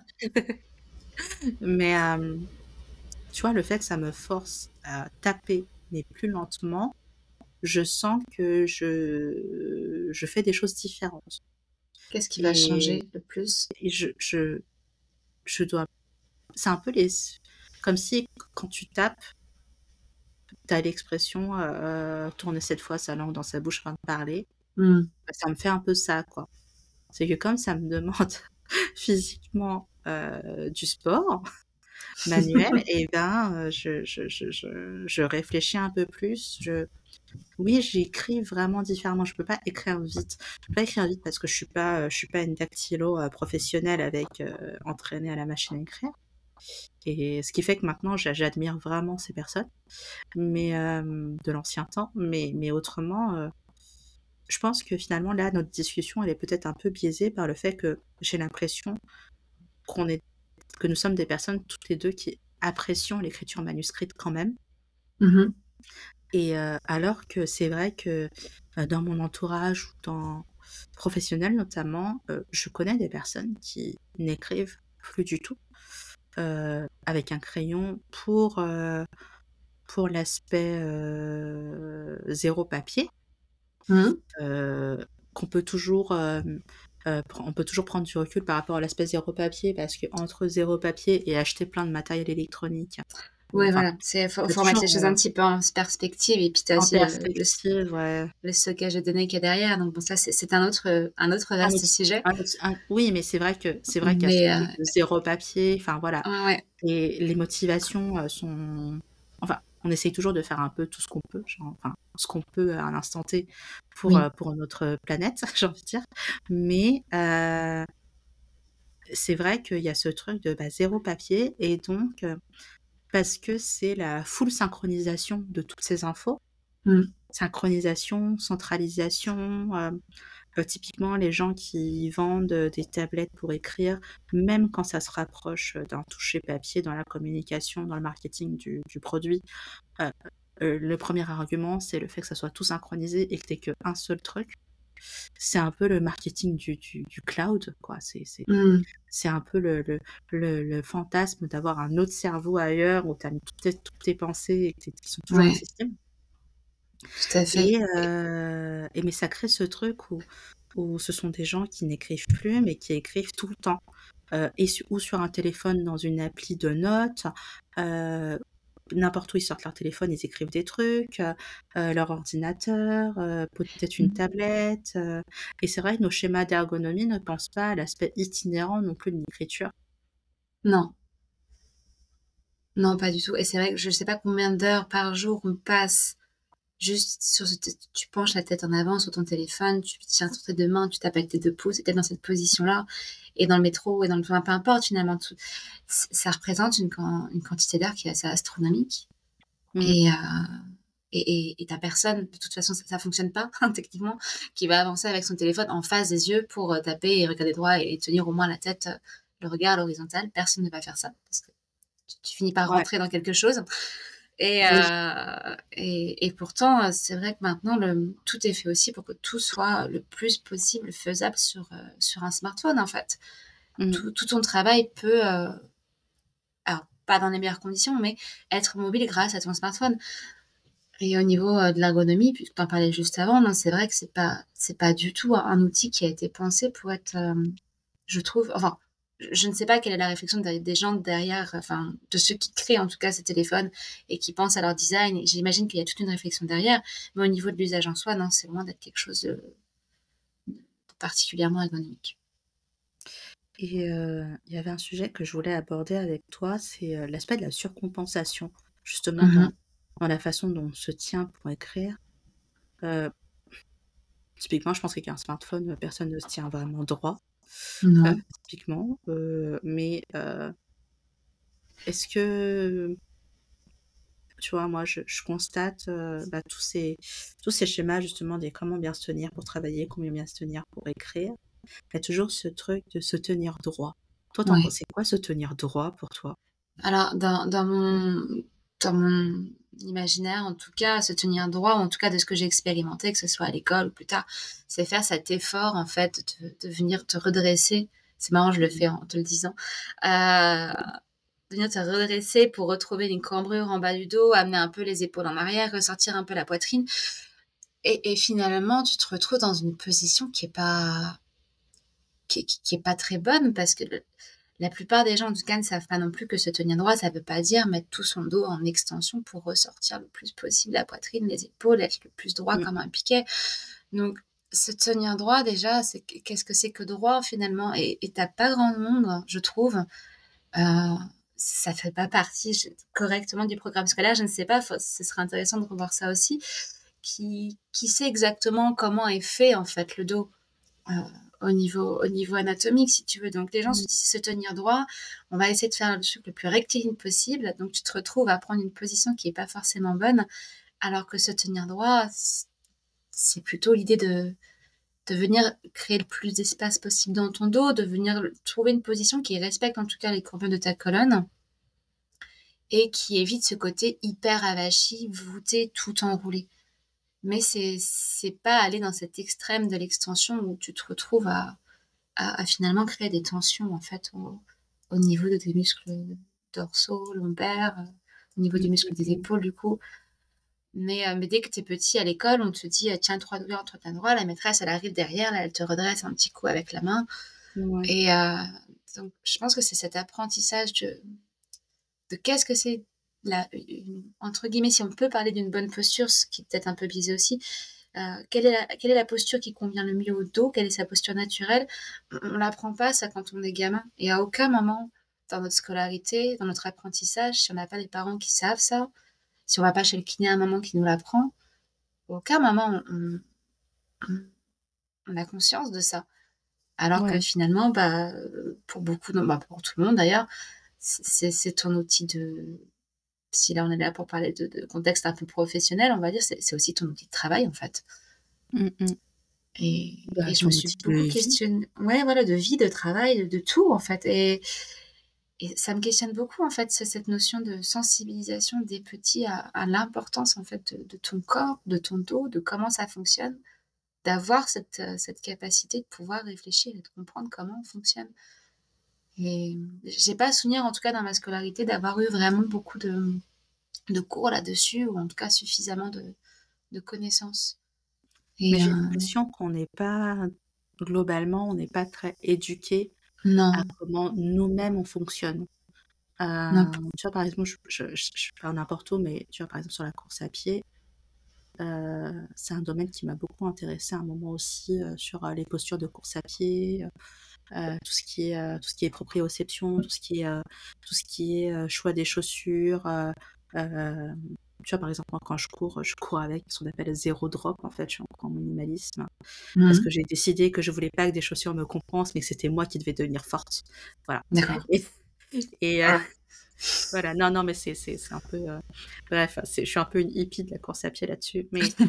mais tu vois, le fait que ça me force à taper, mais plus lentement, je sens que je fais des choses différentes Qu'est-ce qui va et changer le plus? et je dois c'est un peu les comme si quand tu tapes, tu as l'expression, tourner 7 fois sa langue dans sa bouche avant de parler, Mmh. bah, ça me fait un peu ça, quoi. C'est que comme ça me demande physiquement, du sport manuel et ben, je réfléchis un peu plus, oui, j'écris vraiment différemment. Je peux pas écrire vite. Je peux pas écrire vite parce que je suis pas une dactylo, professionnelle avec, entraînée à la machine à écrire et ce qui fait que maintenant j'admire vraiment ces personnes, mais de l'ancien temps, mais autrement, je pense que finalement là, notre discussion, elle est peut-être un peu biaisée par le fait que j'ai l'impression qu'on est que nous sommes des personnes toutes les 2 qui apprécions l'écriture manuscrite quand même. Mmh mh. Et alors que c'est vrai que, dans mon entourage ou dans professionnel notamment, je connais des personnes qui n'écrivent plus du tout, avec un crayon pour l'aspect, 0 papier, Mmh. heu, qu'on peut toujours, on peut toujours prendre du recul par rapport à l'aspect 0 papier parce qu'entre 0 papier et acheter plein de matériel électronique ou Ouais, enfin, voilà, on peut faut remettre toujours, les choses un petit peu en perspective et puis tu as en aussi perspective, ouais. le stockage de données qu'il y a derrière, donc bon ça c'est un autre Un vaste outil sujet, oui, mais c'est vrai qu'il y a ce mais truc de zéro papier, enfin voilà ouais, ouais, et les motivations, sont enfin, on essaye toujours de faire un peu tout ce qu'on peut, genre enfin, ce qu'on peut à l'instant T oui. pour notre planète, j'ai envie de dire, mais c'est vrai qu'il y a ce truc de, bah, 0 papier et donc parce que c'est la full synchronisation de toutes ces infos, Mmh. synchronisation, centralisation, typiquement, les gens qui vendent, des tablettes pour écrire, même quand ça se rapproche, d'un toucher papier dans la communication, dans le marketing du produit, heu le premier argument, c'est le fait que ça soit tout synchronisé et que tu aies qu'un seul truc. C'est un peu le marketing du cloud, quoi. Mmh. C'est un peu le fantasme d'avoir un autre cerveau ailleurs où tu as mis toutes tes pensées et qui sont toujours Ouais, accessibles. tout à fait. Et mais ça crée ce truc où ce sont des gens qui n'écrivent plus, mais qui écrivent tout le temps, et ou sur un téléphone dans une appli de notes, heu, n'importe où ils sortent leur téléphone, ils écrivent des trucs, leur ordinateur, peut-être une Mmh. tablette, et c'est vrai que nos schémas d'ergonomie ne pensent pas à l'aspect itinérant non plus de l'écriture. Non, non, pas du tout et c'est vrai que je sais pas combien d'heures par jour on passe juste sur ce t tu penches la tête en avant sur ton téléphone, tu tiens sur tes 2 mains, tu tapes avec tes 2 pouces et tu es dans cette position-là et dans le métro et dans le enfin, peu importe finalement tout ça représente une quantité d'heures qui est assez astronomique Mmh. et tu personne, de toute façon ça fonctionne pas techniquement, qui va avancer avec son téléphone en face des yeux pour, taper et regarder droit et tenir au moins la tête, le regard à l'horizontale. Personne ne va faire ça parce que tu finis par Ouais, rentrer dans quelque chose oui. et pourtant, c'est vrai que maintenant tout est fait aussi pour que tout soit le plus possible faisable sur un smartphone, en fait. Mmh. Tout ton travail peut, alors pas dans les meilleures conditions, mais être mobile grâce à ton smartphone et au niveau, de l'ergonomie, puisque tu en parlais juste avant, non, c'est vrai que c'est pas du tout un outil qui a été pensé pour être, je trouve enfin, je ne sais pas quelle est la réflexion des gens derrière, enfin, de ceux qui créent en tout cas ces téléphones et qui pensent à leur design et j'imagine qu'il y a toute une réflexion derrière, mais au niveau de l'usage en soi, non, c'est loin d'être quelque chose de particulièrement ergonomique. Et il y avait un sujet que je voulais aborder avec toi, c'est, l'aspect de la surcompensation, justement Mmh mh. dans la façon dont on se tient pour écrire. Heu, Typiquement, je pense qu'avec un smartphone, personne ne se tient vraiment droit. Non. typiquement, mais est-ce que, tu vois, moi, je constate, tous ces schémas justement des comment bien se tenir pour travailler, comment bien se tenir pour écrire. Il y a toujours ce truc de se tenir droit. Toi, tu en Ouais. penses quoi se tenir droit pour toi? Alors dans mon imaginaire, en tout cas, se tenir droit, ou en tout cas de ce que j'ai expérimenté, que ce soit à l'école ou plus tard, c'est faire cet effort en fait de venir te redresser. C'est marrant, je le Mmh. fais en te le disant. Heu, de venir te redresser pour retrouver une cambrure en bas du dos, amener un peu les épaules en arrière, ressortir un peu la poitrine, et finalement tu te retrouves dans une position qui est pas très bonne, parce que la plupart des gens, en tout cas, ne savent pas non plus que se tenir droit, ça veut pas dire mettre tout son dos en extension pour ressortir le plus possible la poitrine, les épaules, être le plus droit Mmh comme mh. un piquet. Donc se tenir droit déjà, qu'est-ce que c'est que droit finalement? Et tu pas grand monde, je trouve, ça fait pas partie correctement du programme scolaire, je ne sais pas, ce serait intéressant de revoir ça aussi, qui sait exactement comment est fait en fait le dos. Heu, au niveau anatomique, si tu veux. Donc les gens se Mmh. disent: «Se tenir droit, on va essayer de faire le truc le plus rectiligne possible». Donc tu te retrouves à prendre une position qui est pas forcément bonne, alors que se tenir droit, c'est plutôt l'idée de venir créer le plus d'espace possible dans ton dos, de venir trouver une position qui respecte en tout cas les courbures de ta colonne, et qui évite ce côté hyper avachi, voûté, tout enroulé. Mais c'est pas aller dans cet extrême de l'extension où tu te retrouves à finalement créer des tensions en fait au niveau de tes muscles dorsaux, lombaires, au niveau Mmh, du muscle mmh des mh. épaules du coup. Mais dès que tu es petit à l'école, on te dit: «Tiens, 3 doigts entre ta droit», la maîtresse elle arrive derrière, là, elle te redresse un petit coup avec la main, Ouais. et donc je pense que c'est cet apprentissage de qu'est-ce que c'est la une entre guillemets, si on peut parler d'une bonne posture, ce qui est peut-être un peu biaisé aussi, quelle est la posture qui convient le mieux au dos? Quelle est sa posture naturelle? On l'apprend pas ça quand on est gamin, et à aucun moment dans notre scolarité, dans notre apprentissage, si on n'a pas des parents qui savent ça, si on va pas chez le kiné à un moment qui nous l'apprend, à aucun moment on on a conscience de ça. Alors que Ouais. finalement, pour beaucoup pour tout le monde d'ailleurs, c'est ton outil de si là on est là pour parler de contexte un peu professionnel, on va dire, c'est aussi ton outil de travail en fait. Mmh mh. Et Bah, et je me ton suis outil de beaucoup vie. questionnée, ouais, voilà, de vie, de travail, de tout, en fait, et ça me questionne beaucoup, en fait, cette notion de sensibilisation des petits à l'importance, en fait, de ton corps, de ton dos, de comment ça fonctionne, d'avoir cette capacité de pouvoir réfléchir et de comprendre comment on fonctionne. Et j'ai pas souvenir, en tout cas dans ma scolarité, d'avoir eu vraiment beaucoup de cours là-dessus, ou en tout cas suffisamment de connaissances. Mais Et j'ai l'impression qu'on n'est pas globalement, on n'est pas très éduqués à non, comment nous-mêmes on fonctionne. non, Tu vois, par exemple, je parle n'importe où, mais tu vois, par exemple, sur la course à pied, c'est un domaine qui m'a beaucoup intéressée à un moment aussi, sur, les postures de course à pied, tout ce qui est proprioception, tout ce qui est choix des chaussures, hem, tu vois, par exemple, moi, quand je cours avec ce qu'on appelle zéro drop, en fait, je suis en minimalisme parce mmh, que j'ai décidé que je voulais pas que des chaussures me compensent, mais que c'était moi qui devais devenir forte. Voilà. d'accord. et et Ah, voilà, non, non, mais c'est un peu, bref, je suis un peu une hippie de la course à pied là-dessus,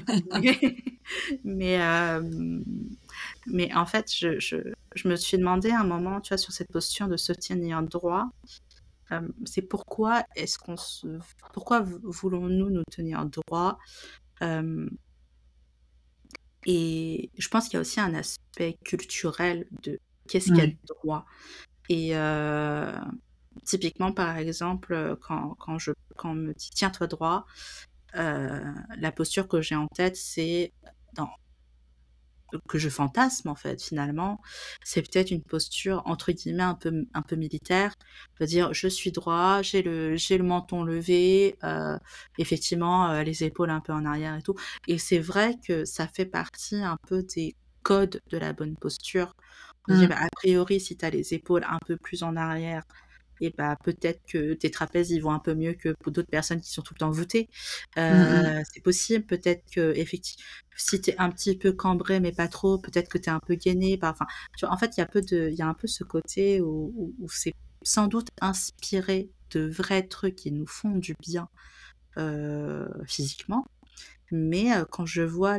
mais hem, mais en fait, je me suis demandé à un moment, tu vois, sur cette posture de se tenir droit, c'est pourquoi voulons-nous nous tenir droit? Hem Et je pense qu'il y a aussi un aspect culturel de qu'est-ce qu'il y a de oui, droit? Et typiquement, par exemple, quand on me dit: «Tiens-toi droit», la posture que j'ai en tête, c'est dans que je fantasme en fait finalement, c'est peut-être une posture entre guillemets un peu militaire, de dire: «Je suis droit, j'ai le menton levé, effectivement, les épaules un peu en arrière et tout», et c'est vrai que ça fait partie un peu des codes de la bonne posture. On se dit: mmh, «Bah, a priori, si tu as les épaules un peu plus en arrière et bah, peut-être que tes trapèzes, ils vont un peu mieux que pour d'autres personnes qui sont tout le temps voûtées. Mmh. C'est possible, peut-être qu'effecti si tu es un petit peu cambré, mais pas trop, peut-être que tu es un peu gainé par enfin, tu vois? En fait, il y a un peu ce côté où c'est sans doute inspiré de vrais trucs qui nous font du bien, physiquement. Mais quand je vois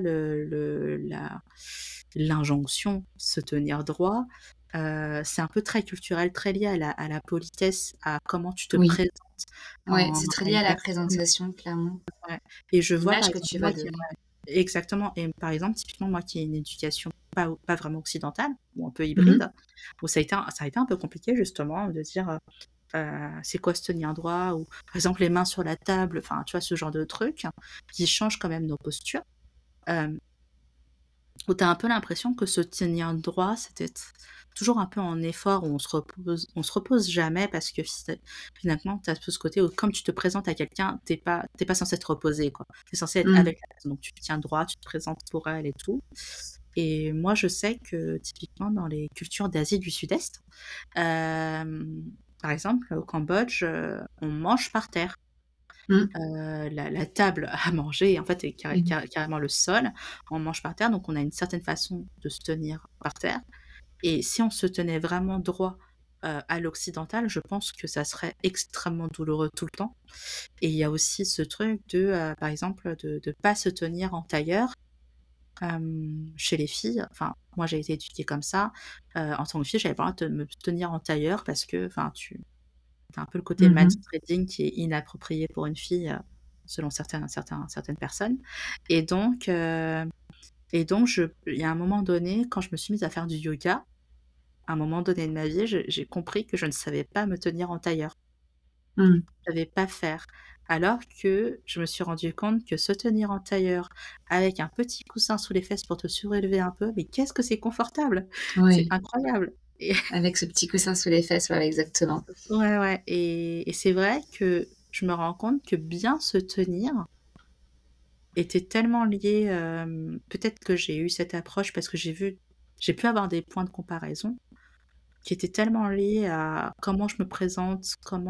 l'injonction se tenir droit, c'est un peu très culturel, très lié à la politesse, à comment tu te Oui, présentes ouais, c'est très à lié une à la personne. présentation, clairement. Ouais, et je vois par L'image que exemple tu moi vas qui donner. exactement, et par exemple typiquement moi qui ai une éducation pas vraiment occidentale ou un peu Mmh. hybride, où ça a été un peu compliqué justement de dire, c'est quoi se tenir droit, ou par exemple les mains sur la table, enfin tu vois? Ce genre de trucs qui changent quand même nos postures. Hem Où tu as un peu l'impression que se tenir droit, c'était toujours un peu en effort, où on se repose jamais, parce que finalement, tu as tout ce côté où comme tu te présentes à quelqu'un, tu es pas censé te reposer, quoi. Tu es censé être Mmh. avec la personne, donc tu te tiens droit, tu te présentes pour elle et tout. Et moi, je sais que typiquement dans les cultures d'Asie du Sud-Est, par exemple au Cambodge, on mange par terre. Mmh. La table à manger, en fait, est Mmh. carrément le sol. On mange par terre, donc on a une certaine façon de se tenir par terre, et si on se tenait vraiment droit, à l'occidental, je pense que ça serait extrêmement douloureux tout le temps. Et il y a aussi ce truc de, par exemple, de pas se tenir en tailleur, chez les filles. Enfin, moi, j'ai été éduquée comme ça, en tant que fille, j'avais pas le droit de me tenir en tailleur parce que, enfin, tu as un peu le côté Mmh. manspreading qui est inapproprié pour une fille, selon certaines personnes. Et donc je il y a un moment donné, quand je me suis mise à faire du yoga, à un moment donné de ma vie, j'ai compris que je ne savais pas me tenir en tailleur. Mmh. Je savais pas faire. Alors que je me suis rendu compte que se tenir en tailleur avec un petit coussin sous les fesses pour te surélever un peu, mais qu'est-ce que c'est confortable! C'est Oui, incroyable. Et avec ce petit coussin sous les fesses, ouais, exactement. ouais, ouais, et c'est vrai que je me rends compte que bien se tenir était tellement lié, peut-être que j'ai eu cette approche parce que j'ai pu avoir des points de comparaison qui étaient tellement liés à comment je me présente,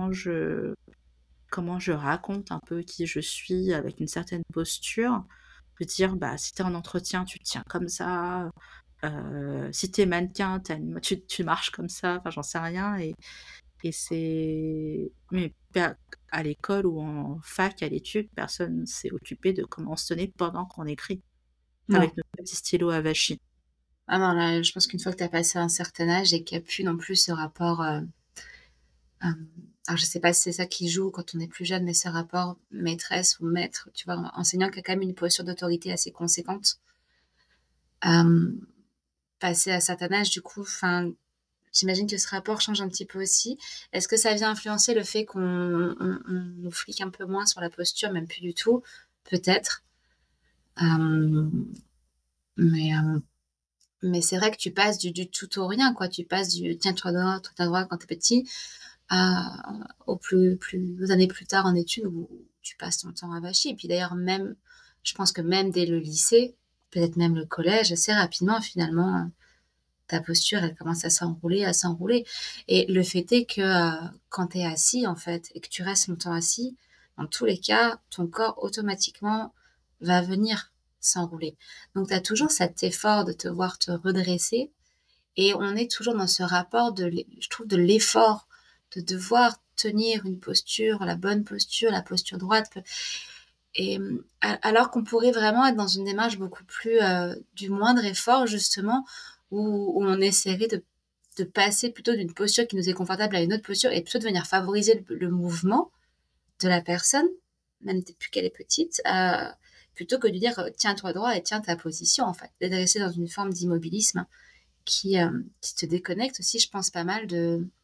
comment je raconte un peu qui je suis avec une certaine posture. De dire, bah, si tu es en entretien, tu te tiens comme ça, si tu es mannequin, tu marches comme ça, enfin, j'en sais rien. Et c'est mais à l'école ou en fac, à l'étude, personne s'est occupé de comment on se tenait pendant qu'on écrit, Non. avec notre petit stylo Avachi. Ah non, là, je pense qu'une fois que tu as passé un certain âge et qu'il y a plus non plus ce rapport, alors je sais pas si c'est ça qui joue quand on est plus jeune, mais ce rapport maîtresse ou maître, tu vois? Enseignant qui a quand même une posture d'autorité assez conséquente. Hem, Passé à un certain âge, du coup, enfin, j'imagine que ce rapport change un petit peu aussi. Est-ce que ça vient influencer le fait qu'on nous flique un peu moins sur la posture, même plus du tout? Peut-être. Hem, mais, mais c'est vrai que tu passes du tout au rien, quoi. Tu passes du tiens-toi droit quand tu es petit, aux plus années plus tard en études où tu passes ton temps à vacher. Et puis d'ailleurs, même, je pense que même dès le lycée, peut-être même le collège, assez rapidement, finalement, ta posture, elle commence à s'enrouler, à s'enrouler. Et le fait est que quand tu es assis, en fait, et que tu restes longtemps assis, dans tous les cas, ton corps automatiquement va venir s'enrouler. Donc, tu as toujours cet effort de te voir te redresser et on est toujours dans ce rapport je trouve, de l'effort, de devoir tenir une posture, la bonne posture, la posture droite. Et alors qu'on pourrait vraiment être dans une démarche beaucoup plus du moindre effort, justement, où on essaierait de passer plutôt d'une posture qui nous est confortable à une autre posture et plutôt de venir favoriser le mouvement de la personne, même depuis qu'elle est petite, plutôt que de dire tiens-toi droit et tiens ta position, en fait. D'être resté dans une forme d'immobilisme qui te déconnecte aussi, je pense, pas mal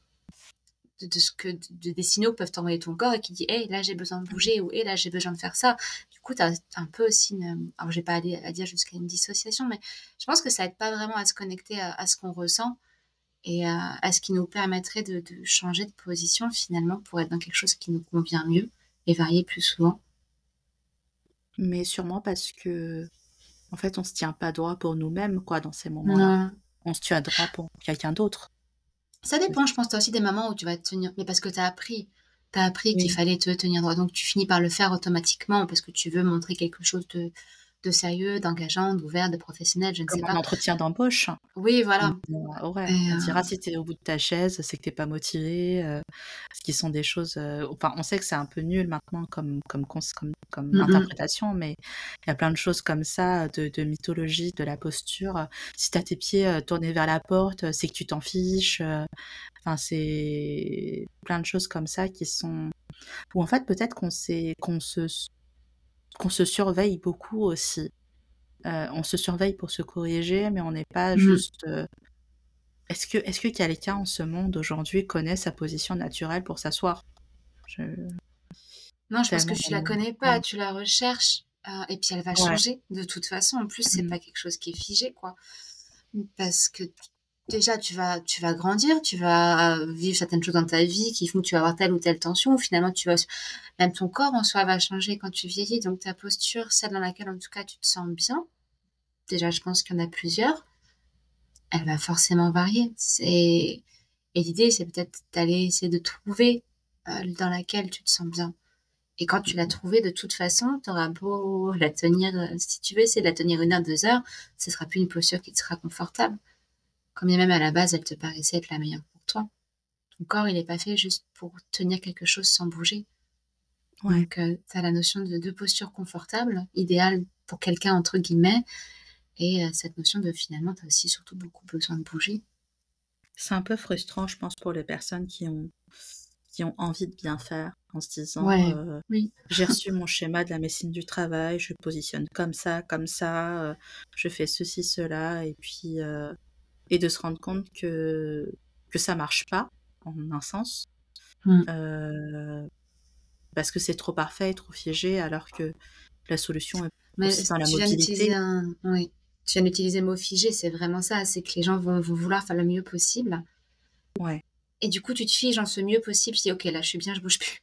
de ce que des signaux que peuvent t'envoyer ton corps et qui dit: «Hey, là, j'ai besoin de bouger» ou «Hey, là, j'ai besoin de faire ça». Du coup, tu as un peu aussi alors je vais pas aller à dire jusqu'à une dissociation, mais je pense que ça aide pas vraiment à se connecter à ce qu'on ressent et à ce qui nous permettrait de changer de position finalement pour être dans quelque chose qui nous convient mieux et varier plus souvent. Mais sûrement parce que en fait, on se tient pas droit pour nous-mêmes, quoi, dans ces moments-là. Non. On se tient droit pour quelqu'un d'autre. Ça dépend, je pense. Tu as aussi des moments où tu vas te tenir mais parce que tu as appris. Tu as appris qu'il Oui, fallait te tenir droit, donc tu finis par le faire automatiquement parce que tu veux montrer quelque chose de sérieux, d'engageant, d'ouvert, de professionnel, je ne sais comme un pas. entretien d'embauche. Oui, On voilà ouais, et on dira si tu es au bout de ta chaise, c'est que tu es pas motivé, ce qui sont des choses, enfin, on sait que c'est un peu nul maintenant comme mmh mh. interprétation, mais il y a plein de choses comme ça, de mythologie, de la posture. Si tu as tes pieds, tournés vers la porte, c'est que tu t'en fiches, enfin, c'est plein de choses comme ça qui sont où en fait, peut-être qu'on se surveille beaucoup aussi. On se surveille pour se corriger, mais on n'est pas Mmh. juste, est-ce que quelqu'un en ce monde aujourd'hui connaît sa position naturelle pour s'asseoir? Je Non, je pense que tellement tu la on connais pas, ouais, tu la recherches, et puis elle va ouais, changer de toute façon. En plus, c'est mmh, pas quelque chose qui est figé, quoi. Parce que déjà tu vas grandir, tu vas vivre certaines choses dans ta vie qui font que tu vas avoir telle ou telle tension. Finalement, tu vas même ton corps en soi va changer quand tu vieillis, donc ta posture, celle dans laquelle en tout cas tu te sens bien, déjà je pense qu'il y en a plusieurs, elle va forcément varier. C'est et l'idée, c'est peut-être d'aller essayer de trouver, dans laquelle tu te sens bien. Et quand tu l'as trouvée, de toute façon, tu auras beau la tenir, si tu veux essayer de la tenir 1 heure, 2 heures, ce sera plus une posture qui te sera confortable. Quand bien même à la base, elle te paraissait être la meilleure pour toi. Ton corps, il est pas fait juste pour tenir quelque chose sans bouger. ouais. Donc, tu as la notion de posture confortable, idéale pour quelqu'un entre guillemets et cette notion de finalement, tu as aussi surtout beaucoup besoin de bouger. C'est un peu frustrant, je pense, pour les personnes qui ont envie de bien faire en se disant, Ouais, oui. «J'ai reçu mon schéma de la médecine du travail, je me positionne comme ça, je fais ceci, cela» et de se rendre compte que ça marche pas, en un sens, Mmh. heu, parce que c'est trop parfait et trop figé alors que la solution est Mais aussi dans la tu viens mobilité. d'utiliser un oui, tu viens d'utiliser le mot figé, c'est vraiment ça, c'est que les gens vont vouloir faire le mieux possible Ouais, et du coup, tu te figes en ce mieux possible, tu dis: «OK, là, je suis bien, je bouge plus»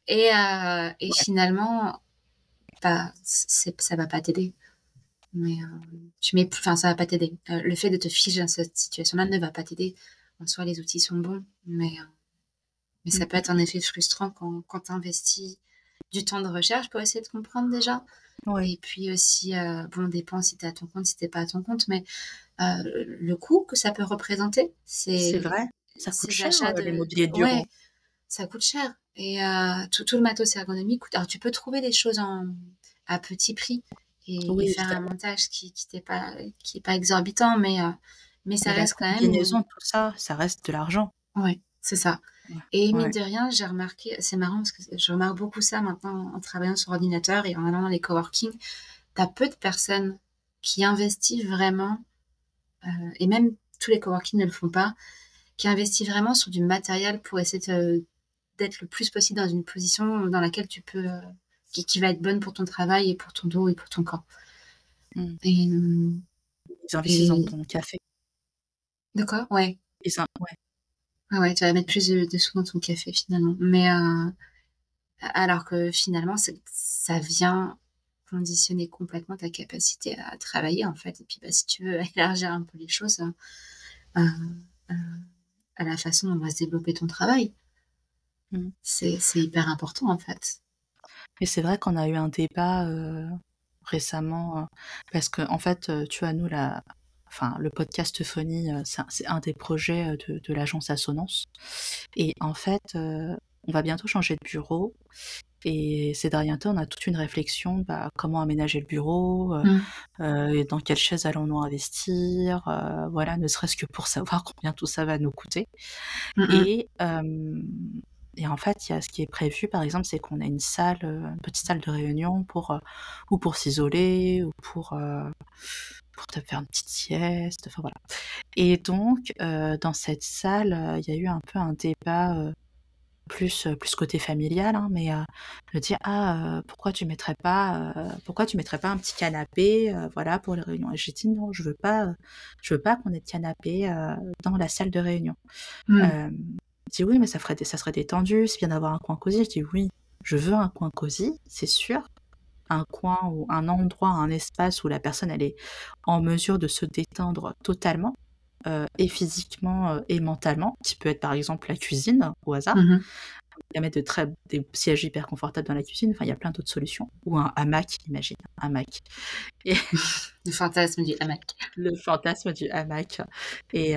et ouais, finalement, bah, ça va pas t'aider. Mais, tu mets enfin, ça va pas t'aider. Le fait de te figer dans cette situation-là ne va pas t'aider. En soi, les outils sont bons, mais mmh ça peut être en effet frustrant quand tu investis du temps de recherche pour essayer de comprendre déjà ouais, et puis aussi, bon, dépend si tu es à ton compte, si tu es pas à ton compte, mais, le coût que ça peut représenter, c'est vrai, c'est ça coûte ces cher, achats les de mobiliers de bureau. ouais, ça coûte cher et tout le matos ergonomique coûte alors tu peux trouver des choses à petit prix et Oui, faire un évidemment, montage qui est pas exorbitant, mais ça mais la reste quand même combinaison de tout ça, ça reste de l'argent. ouais, c'est ça Ouais, et mine ouais, de rien, j'ai remarqué c'est marrant parce que je remarque beaucoup ça maintenant en travaillant sur ordinateur et en allant dans les coworking. Tu as peu de personnes qui investissent vraiment, et même tous les coworking ne le font pas, qui investissent vraiment sur du matériel pour essayer d'être le plus possible dans une position dans laquelle tu peux, qui va être bonne pour ton travail et pour ton dos et pour ton corps. mmh. Et Ils investissent dans et ton café. de quoi? Ouais. Ouais, Ouais, ouais, tu vas mettre plus de sous dans ton café finalement. Mais, alors que finalement, ça vient conditionner complètement ta capacité à travailler en fait. Et puis, bah, si tu veux élargir un peu les choses, heu heu, à la façon dont va se développer ton travail, mmh. c'est hyper important en fait. Et c'est vrai qu'on a eu un débat, récemment, parce qu'en fait, tu vois, nous, le podcast Phonie, c'est un des projets, de l'agence Assonance et en fait, on va bientôt changer de bureau et ces derniers temps, on a toute une réflexion, bah, comment aménager le bureau, Mmh. et dans quelle chaise allons-nous investir, voilà, ne serait-ce que pour savoir combien tout ça va nous coûter Mmh mh. et en fait, il y a ce qui est prévu, par exemple, c'est qu'on a une petite salle de réunion ou pour s'isoler ou pour te faire une petite sieste, enfin voilà et donc dans cette salle, il y a eu un peu un débat, plus côté familial, hein, mais de dire: «Ah, pourquoi tu mettrais pas un petit canapé, voilà, pour les réunions?» et j'ai dit: «Non, je veux pas qu'on ait de canapé, dans la salle de réunion». Mmh. Hem, il dit: «Oui, mais ça serait détendu, c'est bien d'avoir un coin cosy». Je dis: «Oui, je veux un coin cosy, c'est sûr, un coin ou un endroit, un espace où la personne elle est en mesure de se détendre totalement, et physiquement, et mentalement, qui peut être par exemple la cuisine, au hasard. Mmh. Il y a des sièges hyper confortables dans la cuisine, enfin il y a plein d'autres solutions ou un hamac, imagine, un hamac et Le fantasme du hamac. le fantasme du hamac et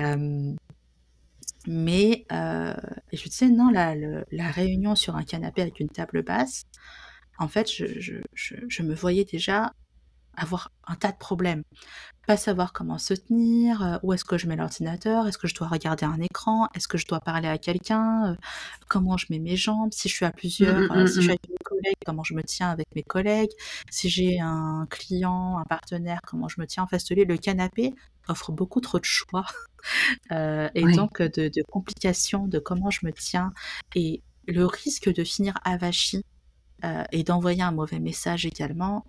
mais et je disais: «Non, la réunion sur un canapé avec une table basse», en fait, je me voyais déjà avoir un tas de problèmes. Pas savoir comment se tenir, où est-ce que je mets l'ordinateur? Est-ce que je dois regarder un écran? Est-ce que je dois parler à quelqu'un? Comment je mets mes jambes? Si je suis à Mmh plusieurs, mh, mmh si je suis mh. avec mes collègues, comment je me tiens avec mes collègues? Si j'ai un client, un partenaire, comment je me tiens en face de lui? Le canapé offre beaucoup trop de choix, et Oui, donc de complications de comment je me tiens et le risque de finir avachi, et d'envoyer un mauvais message également.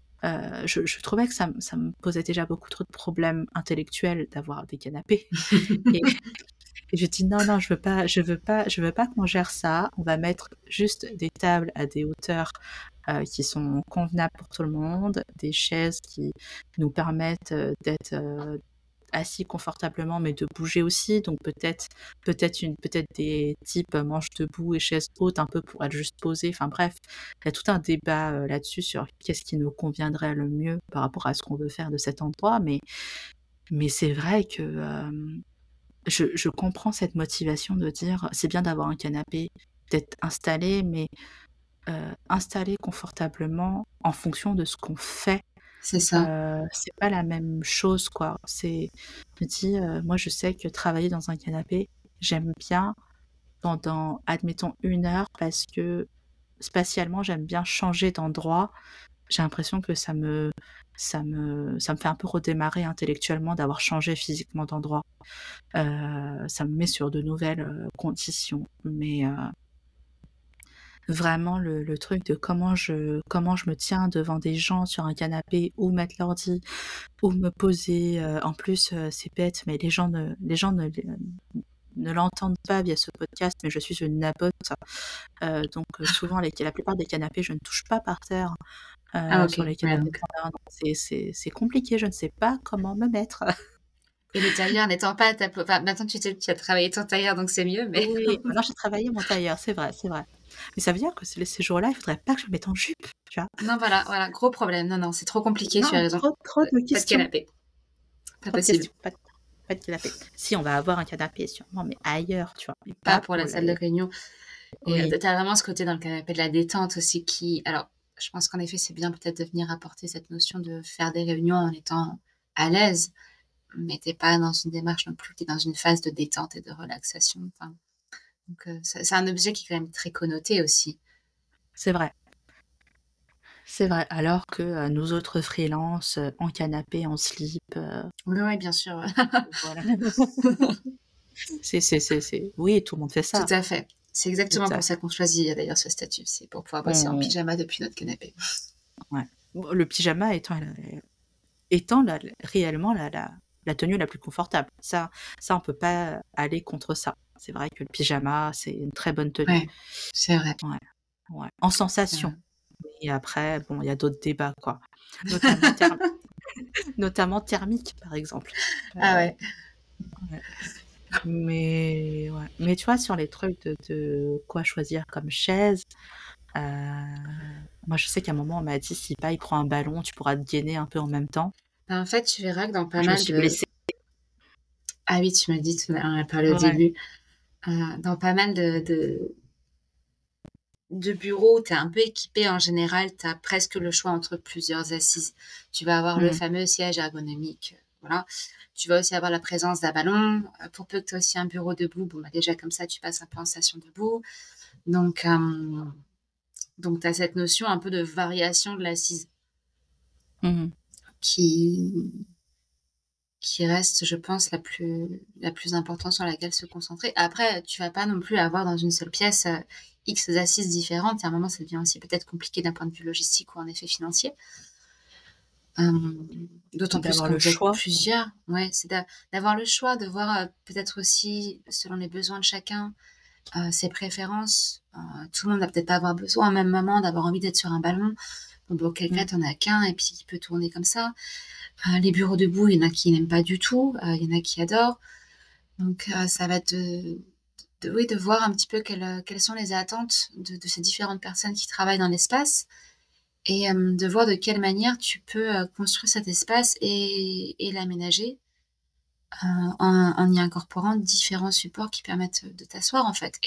Je trouvais que ça me posait déjà beaucoup trop de problèmes intellectuels d'avoir des canapés et et je dis: «Non, non, je veux pas qu'on gère ça. On va mettre juste des tables à des hauteurs, qui sont convenables pour tout le monde, des chaises qui nous permettent, d'être, assis confortablement, mais de bouger aussi, donc peut-être des types, manches debout et chaises hautes un peu pour être juste posé. Enfin bref, il y a tout un débat, là-dessus sur qu'est-ce qui nous conviendrait le mieux par rapport à ce qu'on veut faire de cet endroit, mais c'est vrai que, je comprends cette motivation de dire: «C'est bien d'avoir un canapé, peut-être installé, mais installé confortablement en fonction de ce qu'on fait». c'est ça. C'est pas la même chose, quoi. Je me dis, moi, je sais que travailler dans un canapé, j'aime bien pendant, admettons, 1 heure parce que spatialement, j'aime bien changer d'endroit. J'ai l'impression que ça me fait un peu redémarrer intellectuellement d'avoir changé physiquement d'endroit. Ça me met sur de nouvelles, conditions. Mais, vraiment le truc de comment je me tiens devant des gens sur un canapé ou mettre l'ordi ou me poser, en plus, c'est bête, mais les gens ne l'entendent pas via ce podcast, mais je suis une nabote, donc souvent la plupart des canapés, je ne touche pas par terre, Ah OK, sur les ouais canapés donc standards, donc c'est compliqué, je ne sais pas comment me mettre. et le tailleur n'étant pas à ta po enfin maintenant tu as travaillé ton tailleur donc c'est mieux mais Oui, maintenant j'ai travaillé mon tailleur, c'est vrai, c'est vrai. Mais ça veut dire que ces jours-là, il faudrait pas que je me mette en jupe, tu vois? non voilà, voilà, gros problème. Non, non, c'est trop compliqué, tu as Non, raison. trop de Pas de questions, canapé, pas trop de possible. questions, pas de canapé. Si, on va avoir un canapé sûrement, mais ailleurs, tu vois? Mais Pas pas pour pour la salle de les réunion et oui. tu as vraiment ce côté dans le canapé de la détente aussi qui alors, je pense qu'en effet, c'est bien peut-être de venir apporter cette notion de faire des réunions en étant à l'aise, mais tu es pas dans une démarche non plus, tu es dans une phase de détente et de relaxation, enfin, donc c'est un objet qui est quand même très connoté aussi. C'est vrai, c'est vrai. Alors que, nous autres freelances, en canapé, en slip, Oui, oui, bien sûr, voilà. C'est oui, tout le monde fait tout ça, à fait. C'est tout exactement à pour fait. ça qu'on choisit, d'ailleurs ce statut, c'est pour pouvoir bosser en On pyjama depuis notre canapé. Ouais. Bon, le pyjama étant réellement la tenue la plus confortable. Ça on peut pas aller contre ça. C'est vrai que le pyjama, c'est une très bonne tenue. Ouais, c'est vrai, Ouais, ouais. En c'est sensation. vrai. Et après, bon, il y a d'autres débats, quoi. Notamment therm notamment thermiques, par exemple. Ah Heu, ouais. ouais. Mais ouais. Mais tu vois, sur les trucs de quoi choisir comme chaise, heu, moi, je sais qu'à un moment, on m'a dit: «Si Paille prend un ballon, tu pourras te gainer un peu en même temps». Bah, en fait, tu verras que dans pas Je me mal suis de blessée. ah oui, tu m'as dit, tu m'en as parlé au Ouais. début, dans pas mal de bureaux où tu es un peu équipé en général, tu as presque le choix entre plusieurs assises. Tu vas avoir le Mmh. fameux siège ergonomique, voilà. Tu vas aussi avoir la présence d'un ballon, pour peu que tu aies aussi un bureau debout, bon, bah, déjà comme ça, tu passes un peu en station debout. Donc donc tu as cette notion un peu de variation de l'assise Mmh mh. qui qui reste, je pense, la plus importante sur laquelle se concentrer. Après, tu vas pas non plus avoir dans une seule pièce, X assises différentes. Et à un moment, ça devient aussi peut-être compliqué d'un point de vue logistique ou en effet financier. D'autant plus D'avoir quand le vous êtes choix. plusieurs. Ouais, c'est d'avoir le choix, de voir, peut-être aussi selon les besoins de chacun, ses préférences. Tout le monde va peut-être pas avoir besoin au même moment d'avoir envie d'être sur un ballon. Donc auquel cas, Mmh. tu en as qu'un et puis il peut tourner comme ça. Les bureaux debout, il y en a qui n'aiment pas du tout, il y en a qui adorent. Donc ça va être oui, de voir un petit peu quelles sont les attentes de ces différentes personnes qui travaillent dans l'espace et de voir de quelle manière tu peux, construire cet espace et l'aménager, en y incorporant différents supports qui permettent de t'asseoir, en fait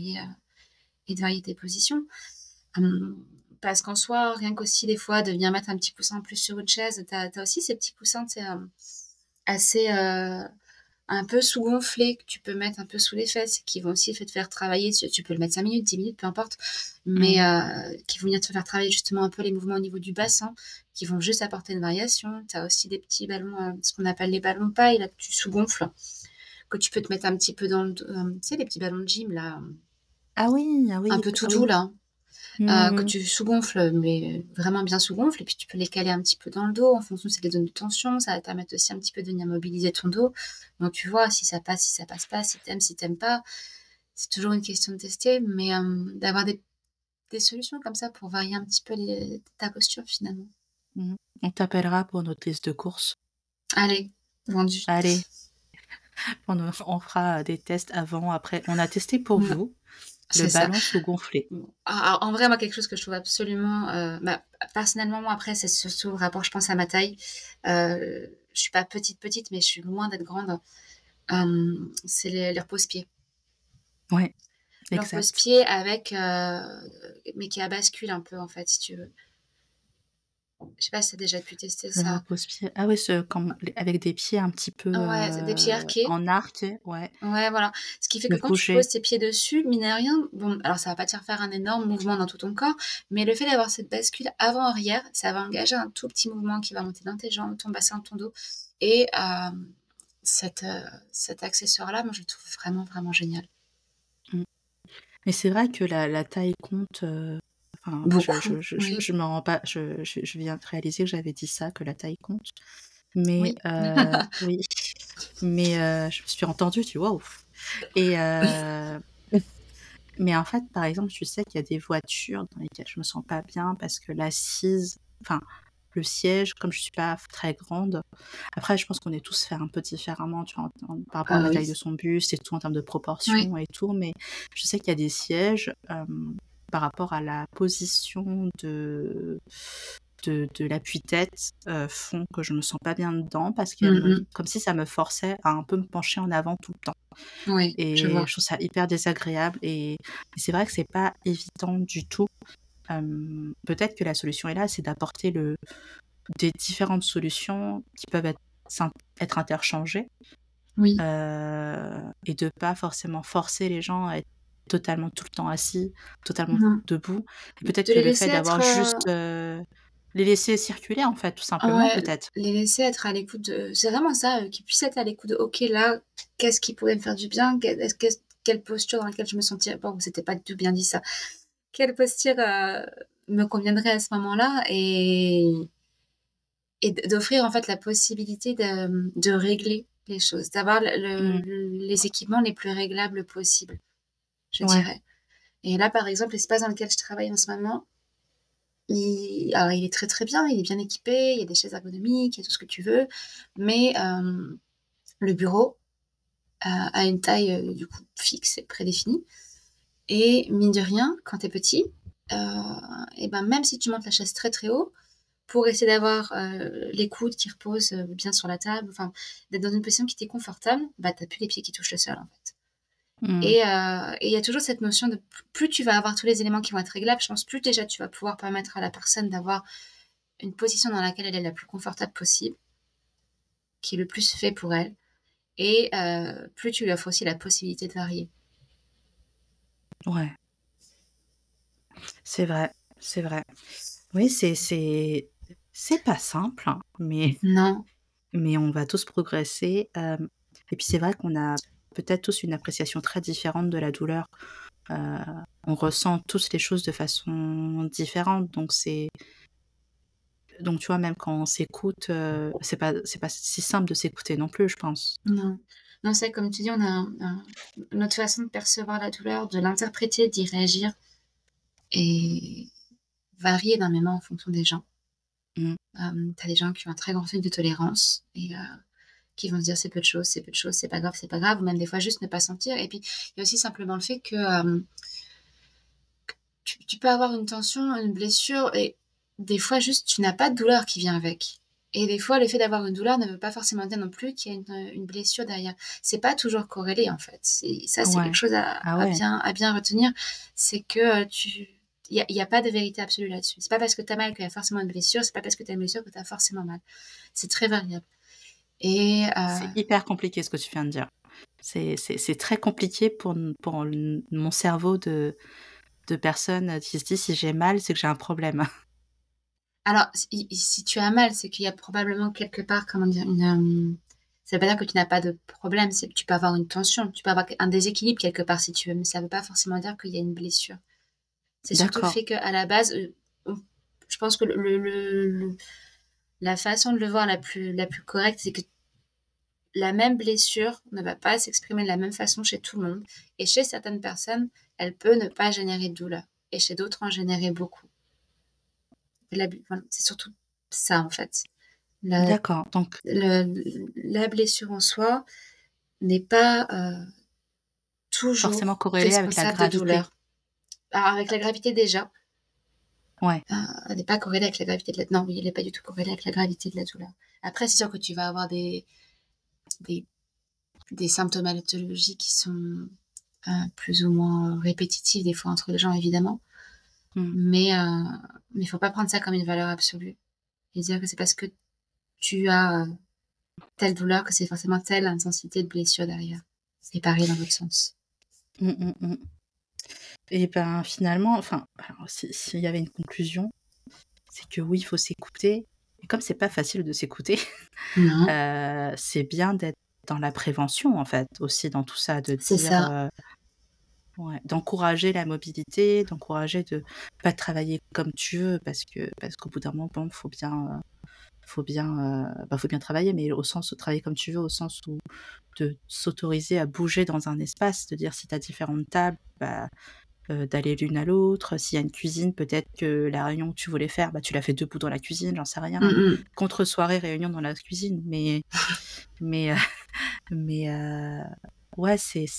et de varier tes positions. Hem, Parce qu'en soi, rien qu'aussi des fois de venir mettre un petit coussin en plus sur une chaise, tu as aussi ces petits coussins, tu sais, assez, un peu sous-gonflés que tu peux mettre un peu sous les fesses, qui vont aussi te faire travailler. Tu peux le mettre 5 minutes, 10 minutes, peu importe, mais Mmh. qui vont venir te faire travailler justement un peu les mouvements au niveau du bassin, qui vont juste apporter une variation. Tu as aussi des petits ballons, ce qu'on appelle les ballons paille, là, que tu sous-gonfles, que tu peux te mettre un petit peu dans le dos, tu sais, les petits ballons de gym là, Ah oui, ah un oui, peu tout ah doux oui. là, que Mmh. tu sous-gonfles, mais vraiment bien sous-gonfles et puis tu peux les caler un petit peu dans le dos en fonction c'est des zones de tension, ça va te permettre aussi un petit peu de venir mobiliser ton dos. Donc tu vois si ça passe, si ça passe pas, si t'aimes pas. C'est toujours une question de tester, mais d'avoir des solutions comme ça pour varier un petit peu ta posture finalement. Mmh. On t'appellera pour notre liste de courses. Allez, vendu. Allez, on fera des tests avant, après. On a testé pour Mmh, vous le c'est ça. ballon sous-gonflé. Bon, en vrai, moi, quelque chose que je trouve absolument, personnellement, moi, après, c'est surtout le rapport, je pense, à ma taille. Je suis pas petite, petite, mais je suis loin d'être grande. C'est les repose-pieds. Ouais, Le exact. repose-pied avec, mais qui a bascule un peu, en fait, si tu veux. Je sais pas si tu as déjà pu tester Le ça? repose-pied. Ah oui, ce comme les avec des pieds un petit peu, Ouais, c'est des pieds arqués. en arc, ouais, Ouais, voilà. Ce qui qui fait que peuvent quand tu bouger. poses tes pieds dessus, mine de rien, bon, alors ça va pas te faire faire un énorme mouvement dans tout ton corps, mais le fait d'avoir cette bascule avant-arrière, ça va engager un tout petit mouvement qui va monter dans tes jambes, ton bassin, ton dos et cet accessoire-là, moi, je le trouve vraiment, vraiment génial. Mmh. Mais c'est vrai que la taille compte, enfin, Beaucoup, oui, je me rends pas je viens de réaliser que j'avais dit ça, que la taille compte. Mais oui. oui, mais je me suis entendue, tu vois? Ouf et mais en fait, par exemple, je sais qu'il y a des voitures dans lesquelles je me sens pas bien parce que l'assise, enfin, le siège, comme je suis pas très grande, après je pense qu'on est tous faits un peu différemment, tu vois? Par rapport à la Oui, taille de son buste et tout, en termes de oui. proportions et tout, mais je sais qu'il y a des sièges, par rapport à la position de l'appui-tête, font que je me sens pas bien dedans parce qu'elle Mmh me mh. comme si ça me forçait à un peu me pencher en avant tout le temps Oui, je et vois. je trouve ça hyper désagréable et c'est vrai que c'est pas évident du tout. Peut-être que la solution est là, c'est d'apporter des différentes solutions qui peuvent être interchangées, Oui. et de pas forcément forcer les gens à être totalement tout le temps assis, totalement Non. debout et peut-être De que les le fait laisser d'avoir être, juste, les laisser circuler en fait, tout simplement ouais, peut-être. les laisser être à l'écoute de c'est vraiment ça, qu'ils puissent être à l'écoute de: «OK, là, qu'est-ce qui pourrait me faire du bien? Quelle posture dans laquelle je me sentirais» bon, c'était pas du tout bien dit ça. «Quelle posture, me conviendrait à ce moment-là?» et d'offrir, en fait, la possibilité de régler les choses, d'avoir Mmh. les équipements les plus réglables possibles, je Ouais. dirais. Et là, par exemple, l'espace dans lequel je travaille en ce moment, il est très, très bien, il est bien équipé, il y a des chaises ergonomiques, il y a tout ce que tu veux, mais le bureau, a une taille, du coup fixe et prédéfinie et mine de rien, quand tu es petit, heu et ben, même si tu montes la chaise très, très haut, pour essayer d'avoir, les coudes qui reposent, bien sur la table, enfin, d'être dans une position qui t'est confortable, bah, tu as plus les pieds qui touchent le sol, en fait. Mmh. Et il y a toujours cette notion de plus tu vas avoir tous les éléments qui vont être réglables, je pense, plus déjà tu vas pouvoir permettre à la personne d'avoir une position dans laquelle elle est la plus confortable possible, qui est le plus fait pour elle et plus tu lui offres aussi la possibilité de varier. Ouais, c'est vrai, c'est vrai. Oui, c'est pas simple, hein, Non, mais on va tous progresser, et puis c'est vrai qu'on a peut-être tous une appréciation très différente de la douleur. Heu, on ressent tous les choses de façon différente, donc tu vois, même quand on s'écoute, c'est pas si simple de s'écouter non plus, je pense. non. Non, c'est comme tu dis, on a notre façon de percevoir la douleur, de l'interpréter, d'y réagir est varie énormément en fonction des gens. Mmh. Tu as des gens qui ont un très grand seuil de tolérance et qui vont se dire: «C'est peu de choses, c'est peu de choses, c'est pas grave», ou même des fois juste ne pas sentir. Et puis il y a aussi simplement le fait que, tu peux avoir une tension, une blessure, et des fois juste tu n'as pas de douleur qui vient avec. Et des fois le fait d'avoir une douleur ne veut pas forcément dire non plus qu'il y a une blessure derrière. C'est pas toujours corrélé en fait. C'est quelque Ouais. chose Ah ouais. à bien retenir. C'est que, il y a pas de vérité absolue là-dessus. C'est pas parce que tu as mal qu'il y a forcément une blessure, c'est pas parce que tu as une blessure que tu as forcément mal. C'est très variable. Et C'est hyper compliqué ce que tu viens de dire. C'est très compliqué pour mon cerveau de personne, qui se dit: «Si j'ai mal, c'est que j'ai un problème». alors si tu as mal, c'est qu'il y a probablement quelque part, comment dire? Ça veut pas dire que tu n'as pas de problème, c'est que tu peux avoir une tension, tu peux avoir un déséquilibre quelque part si tu veux, mais ça veut pas forcément dire qu'il y a une blessure. C'est surtout le D'accord, fait qu'à la base, on je pense que la façon de le voir la plus correcte, c'est que la même blessure ne va pas s'exprimer de la même façon chez tout le monde, et chez certaines personnes, elle peut ne pas générer de douleur et chez d'autres en générer beaucoup. Voilà, c'est surtout ça, en fait. La d'accord, donc la blessure en soi n'est pas, forcément toujours corrélé avec la responsable de gravité. douleur. Alors avec la gravité déjà, Ouais. elle n'est pas corrélée avec la gravité de la non, oui, elle n'est pas du tout corrélée avec la gravité de la douleur. Après, c'est sûr que tu vas avoir des des symptomatologies qui sont, plus ou moins répétitifs des fois entre les gens évidemment, Mmh. mais il faut pas prendre ça comme une valeur absolue et dire que c'est parce que tu as, telle douleur que c'est forcément telle intensité de blessure derrière. Et pareil dans l'autre sens. Mmh, mmh, mmh. Et ben, finalement, enfin, alors s'il y avait une conclusion, c'est que oui, il faut s'écouter et comme c'est pas facile de s'écouter, Non, c'est bien d'être dans la prévention, en fait, aussi dans tout ça, de c'est dire, ça. ouais, d'encourager la mobilité, d'encourager de pas travailler comme tu veux parce qu'au bout d'un moment, bon, faut bien travailler, mais au sens de travailler comme tu veux, au sens où de s'autoriser à bouger dans un espace, de dire si tu as différentes tables, bah, d'aller l'une à l'autre. S'il y a une cuisine, peut-être que la réunion que tu voulais faire, bah, tu l'as fait debout dans la cuisine, j'en sais rien. Mmh mh. Contre soirée, réunion dans la cuisine, mais mais ouais,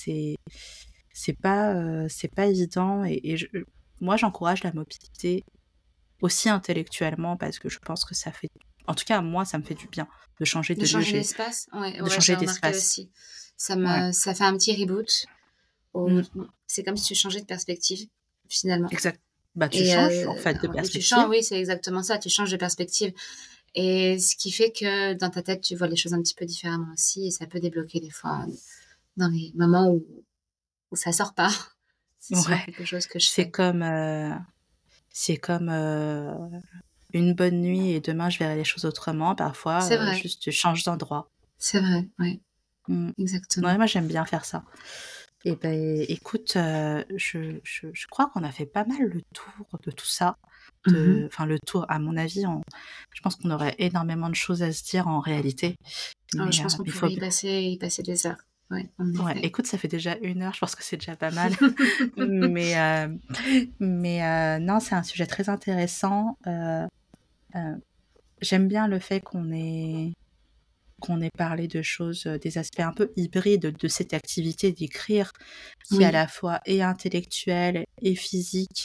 c'est pas évident et moi, j'encourage la mobilité aussi intellectuellement parce que je pense que ça fait en tout cas, moi, ça me fait du bien de changer De de lieu, changer d'espace? Ouais, de ouais, j'ai changer remarqué d'espace. aussi. Ouais. Ça fait un petit reboot au Mmh. c'est comme si tu changeais de perspective, finalement. Exact. Bah, tu Et changes, en fait, de tu perspective. changes, oui, c'est exactement ça, tu changes de perspective, et ce qui fait que dans ta tête, tu vois les choses un petit peu différemment aussi, et ça peut débloquer des fois, dans les moments où ça sort pas. C'est souvent Ouais. quelque chose que je C'est fais. comme, c'est comme, une bonne nuit et demain je verrai les choses autrement. Parfois, C'est vrai, juste tu changes d'endroit. c'est vrai, ouais, Mmh. exactement. Ouais, moi j'aime bien faire ça. Et beh, écoute, je crois qu'on a fait pas mal le tour de tout ça, Mmh mh. enfin le tour, à mon avis, on je pense qu'on aurait énormément de choses à se dire en réalité, Je pense qu'on il pourrait faut b y passer des heures. Ouais, en ouais, effet. écoute, ça fait déjà 1 heure, je pense que c'est déjà pas mal. Mais, non, c'est un sujet très intéressant, heu, j'aime bien le fait qu'on ait parlé de choses, des aspects un peu hybrides de cette activité d'écrire, qui est à Oui. la fois et intellectuelle et physique,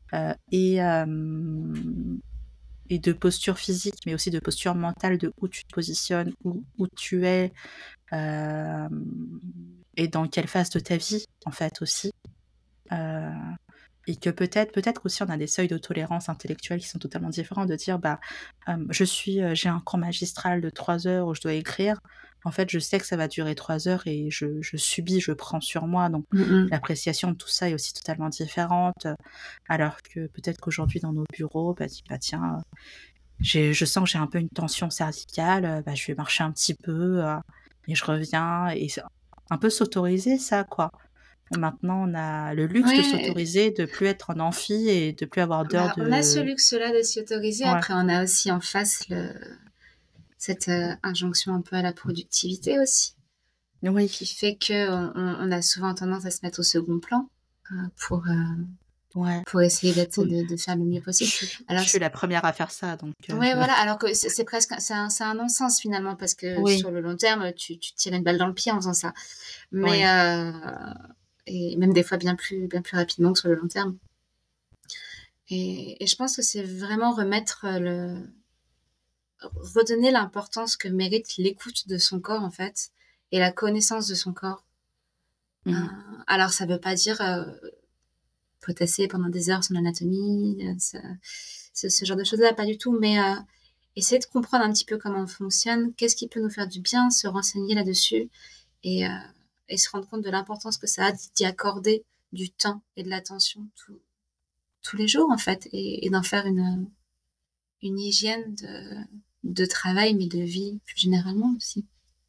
et de posture physique, mais aussi de posture mentale, de où tu te positionnes, où tu es, hem et dans quelle phase de ta vie, en fait, aussi. Heu et que peut-être qu'aussi on a des seuils de tolérance intellectuelle qui sont totalement différents, de dire: «Bah, j'ai un cours magistral de 3 heures où je dois écrire. En fait, je sais que ça va durer 3 heures et je subis, je prends sur moi». Donc Mmh mh. l'appréciation de tout ça est aussi totalement différente, alors que peut-être qu'aujourd'hui dans nos bureaux, bah, dis: «Bah, tiens, je sens que j'ai un peu une tension cervicale, bah, je vais marcher un petit peu, et je reviens» et c'est un peu s'autoriser ça, quoi. Maintenant, on a le luxe de Ouais, s'autoriser, de plus être en amphi et de plus avoir d'heures bah, on a ce de luxe-là de s'y autoriser. ouais. Après, on a aussi en face cette, injonction un peu à la productivité aussi, qui Oui. fait qu'on a souvent tendance à se mettre au second plan, pour, Ouais. pour essayer Oui. de faire le mieux Je possible. suis je Alors suis la première à faire ça, donc ouais, je voilà, alors que c'est presque c'est un non-sens finalement parce que oui, sur le long terme, tu te tires une balle dans le pied en faisant ça. Mais oui. et même des fois bien plus rapidement que sur le long terme. Et je pense que c'est vraiment remettre, le redonner l'importance que mérite l'écoute de son corps, en fait, et la connaissance de son corps. Mmh. Alors ça veut pas dire, potasser pendant des heures son anatomie, ça ce genre de choses-là, pas du tout, mais essayer de comprendre un petit peu comment on fonctionne, qu'est-ce qui peut nous faire du bien, se renseigner là-dessus et heu et se rendre compte de l'importance que ça a d'y accorder du temps et de l'attention tous les jours, en fait, et d'en faire une hygiène de travail, mais de vie plus généralement aussi.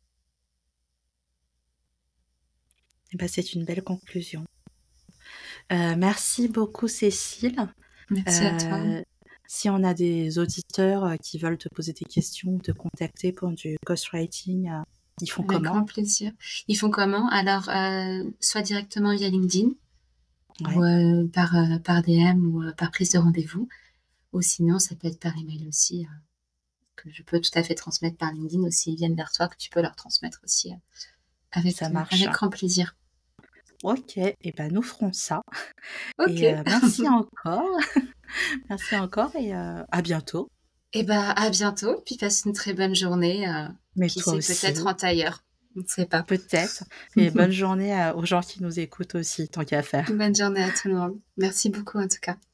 Et bah, c'est une belle conclusion. Merci beaucoup Cécile. Merci à toi. Heu, Si on a des auditeurs, qui veulent te poser des questions ou te contacter pour du ghostwriting, ils font Avec comment? grand plaisir. Ils font comment? Alors, soit directement via LinkedIn ou, Ouais, par DM ou, par prise de rendez-vous, ou sinon ça peut être par email aussi, que je peux tout à fait transmettre par LinkedIn ou s'ils viennent vers toi, que tu peux leur transmettre aussi, ça marche. avec grand plaisir. OK et ben, nous ferons ça et OK. merci encore. Merci encore et à bientôt. Et bah, à bientôt, puis passe une très bonne journée, Mais qui toi sait, peut-être aussi, en tailleur, on ne sait pas. peut-être et bonne journée aux gens qui nous écoutent aussi, tant qu'à faire. Bonne journée à tout le monde. Merci beaucoup en tout cas.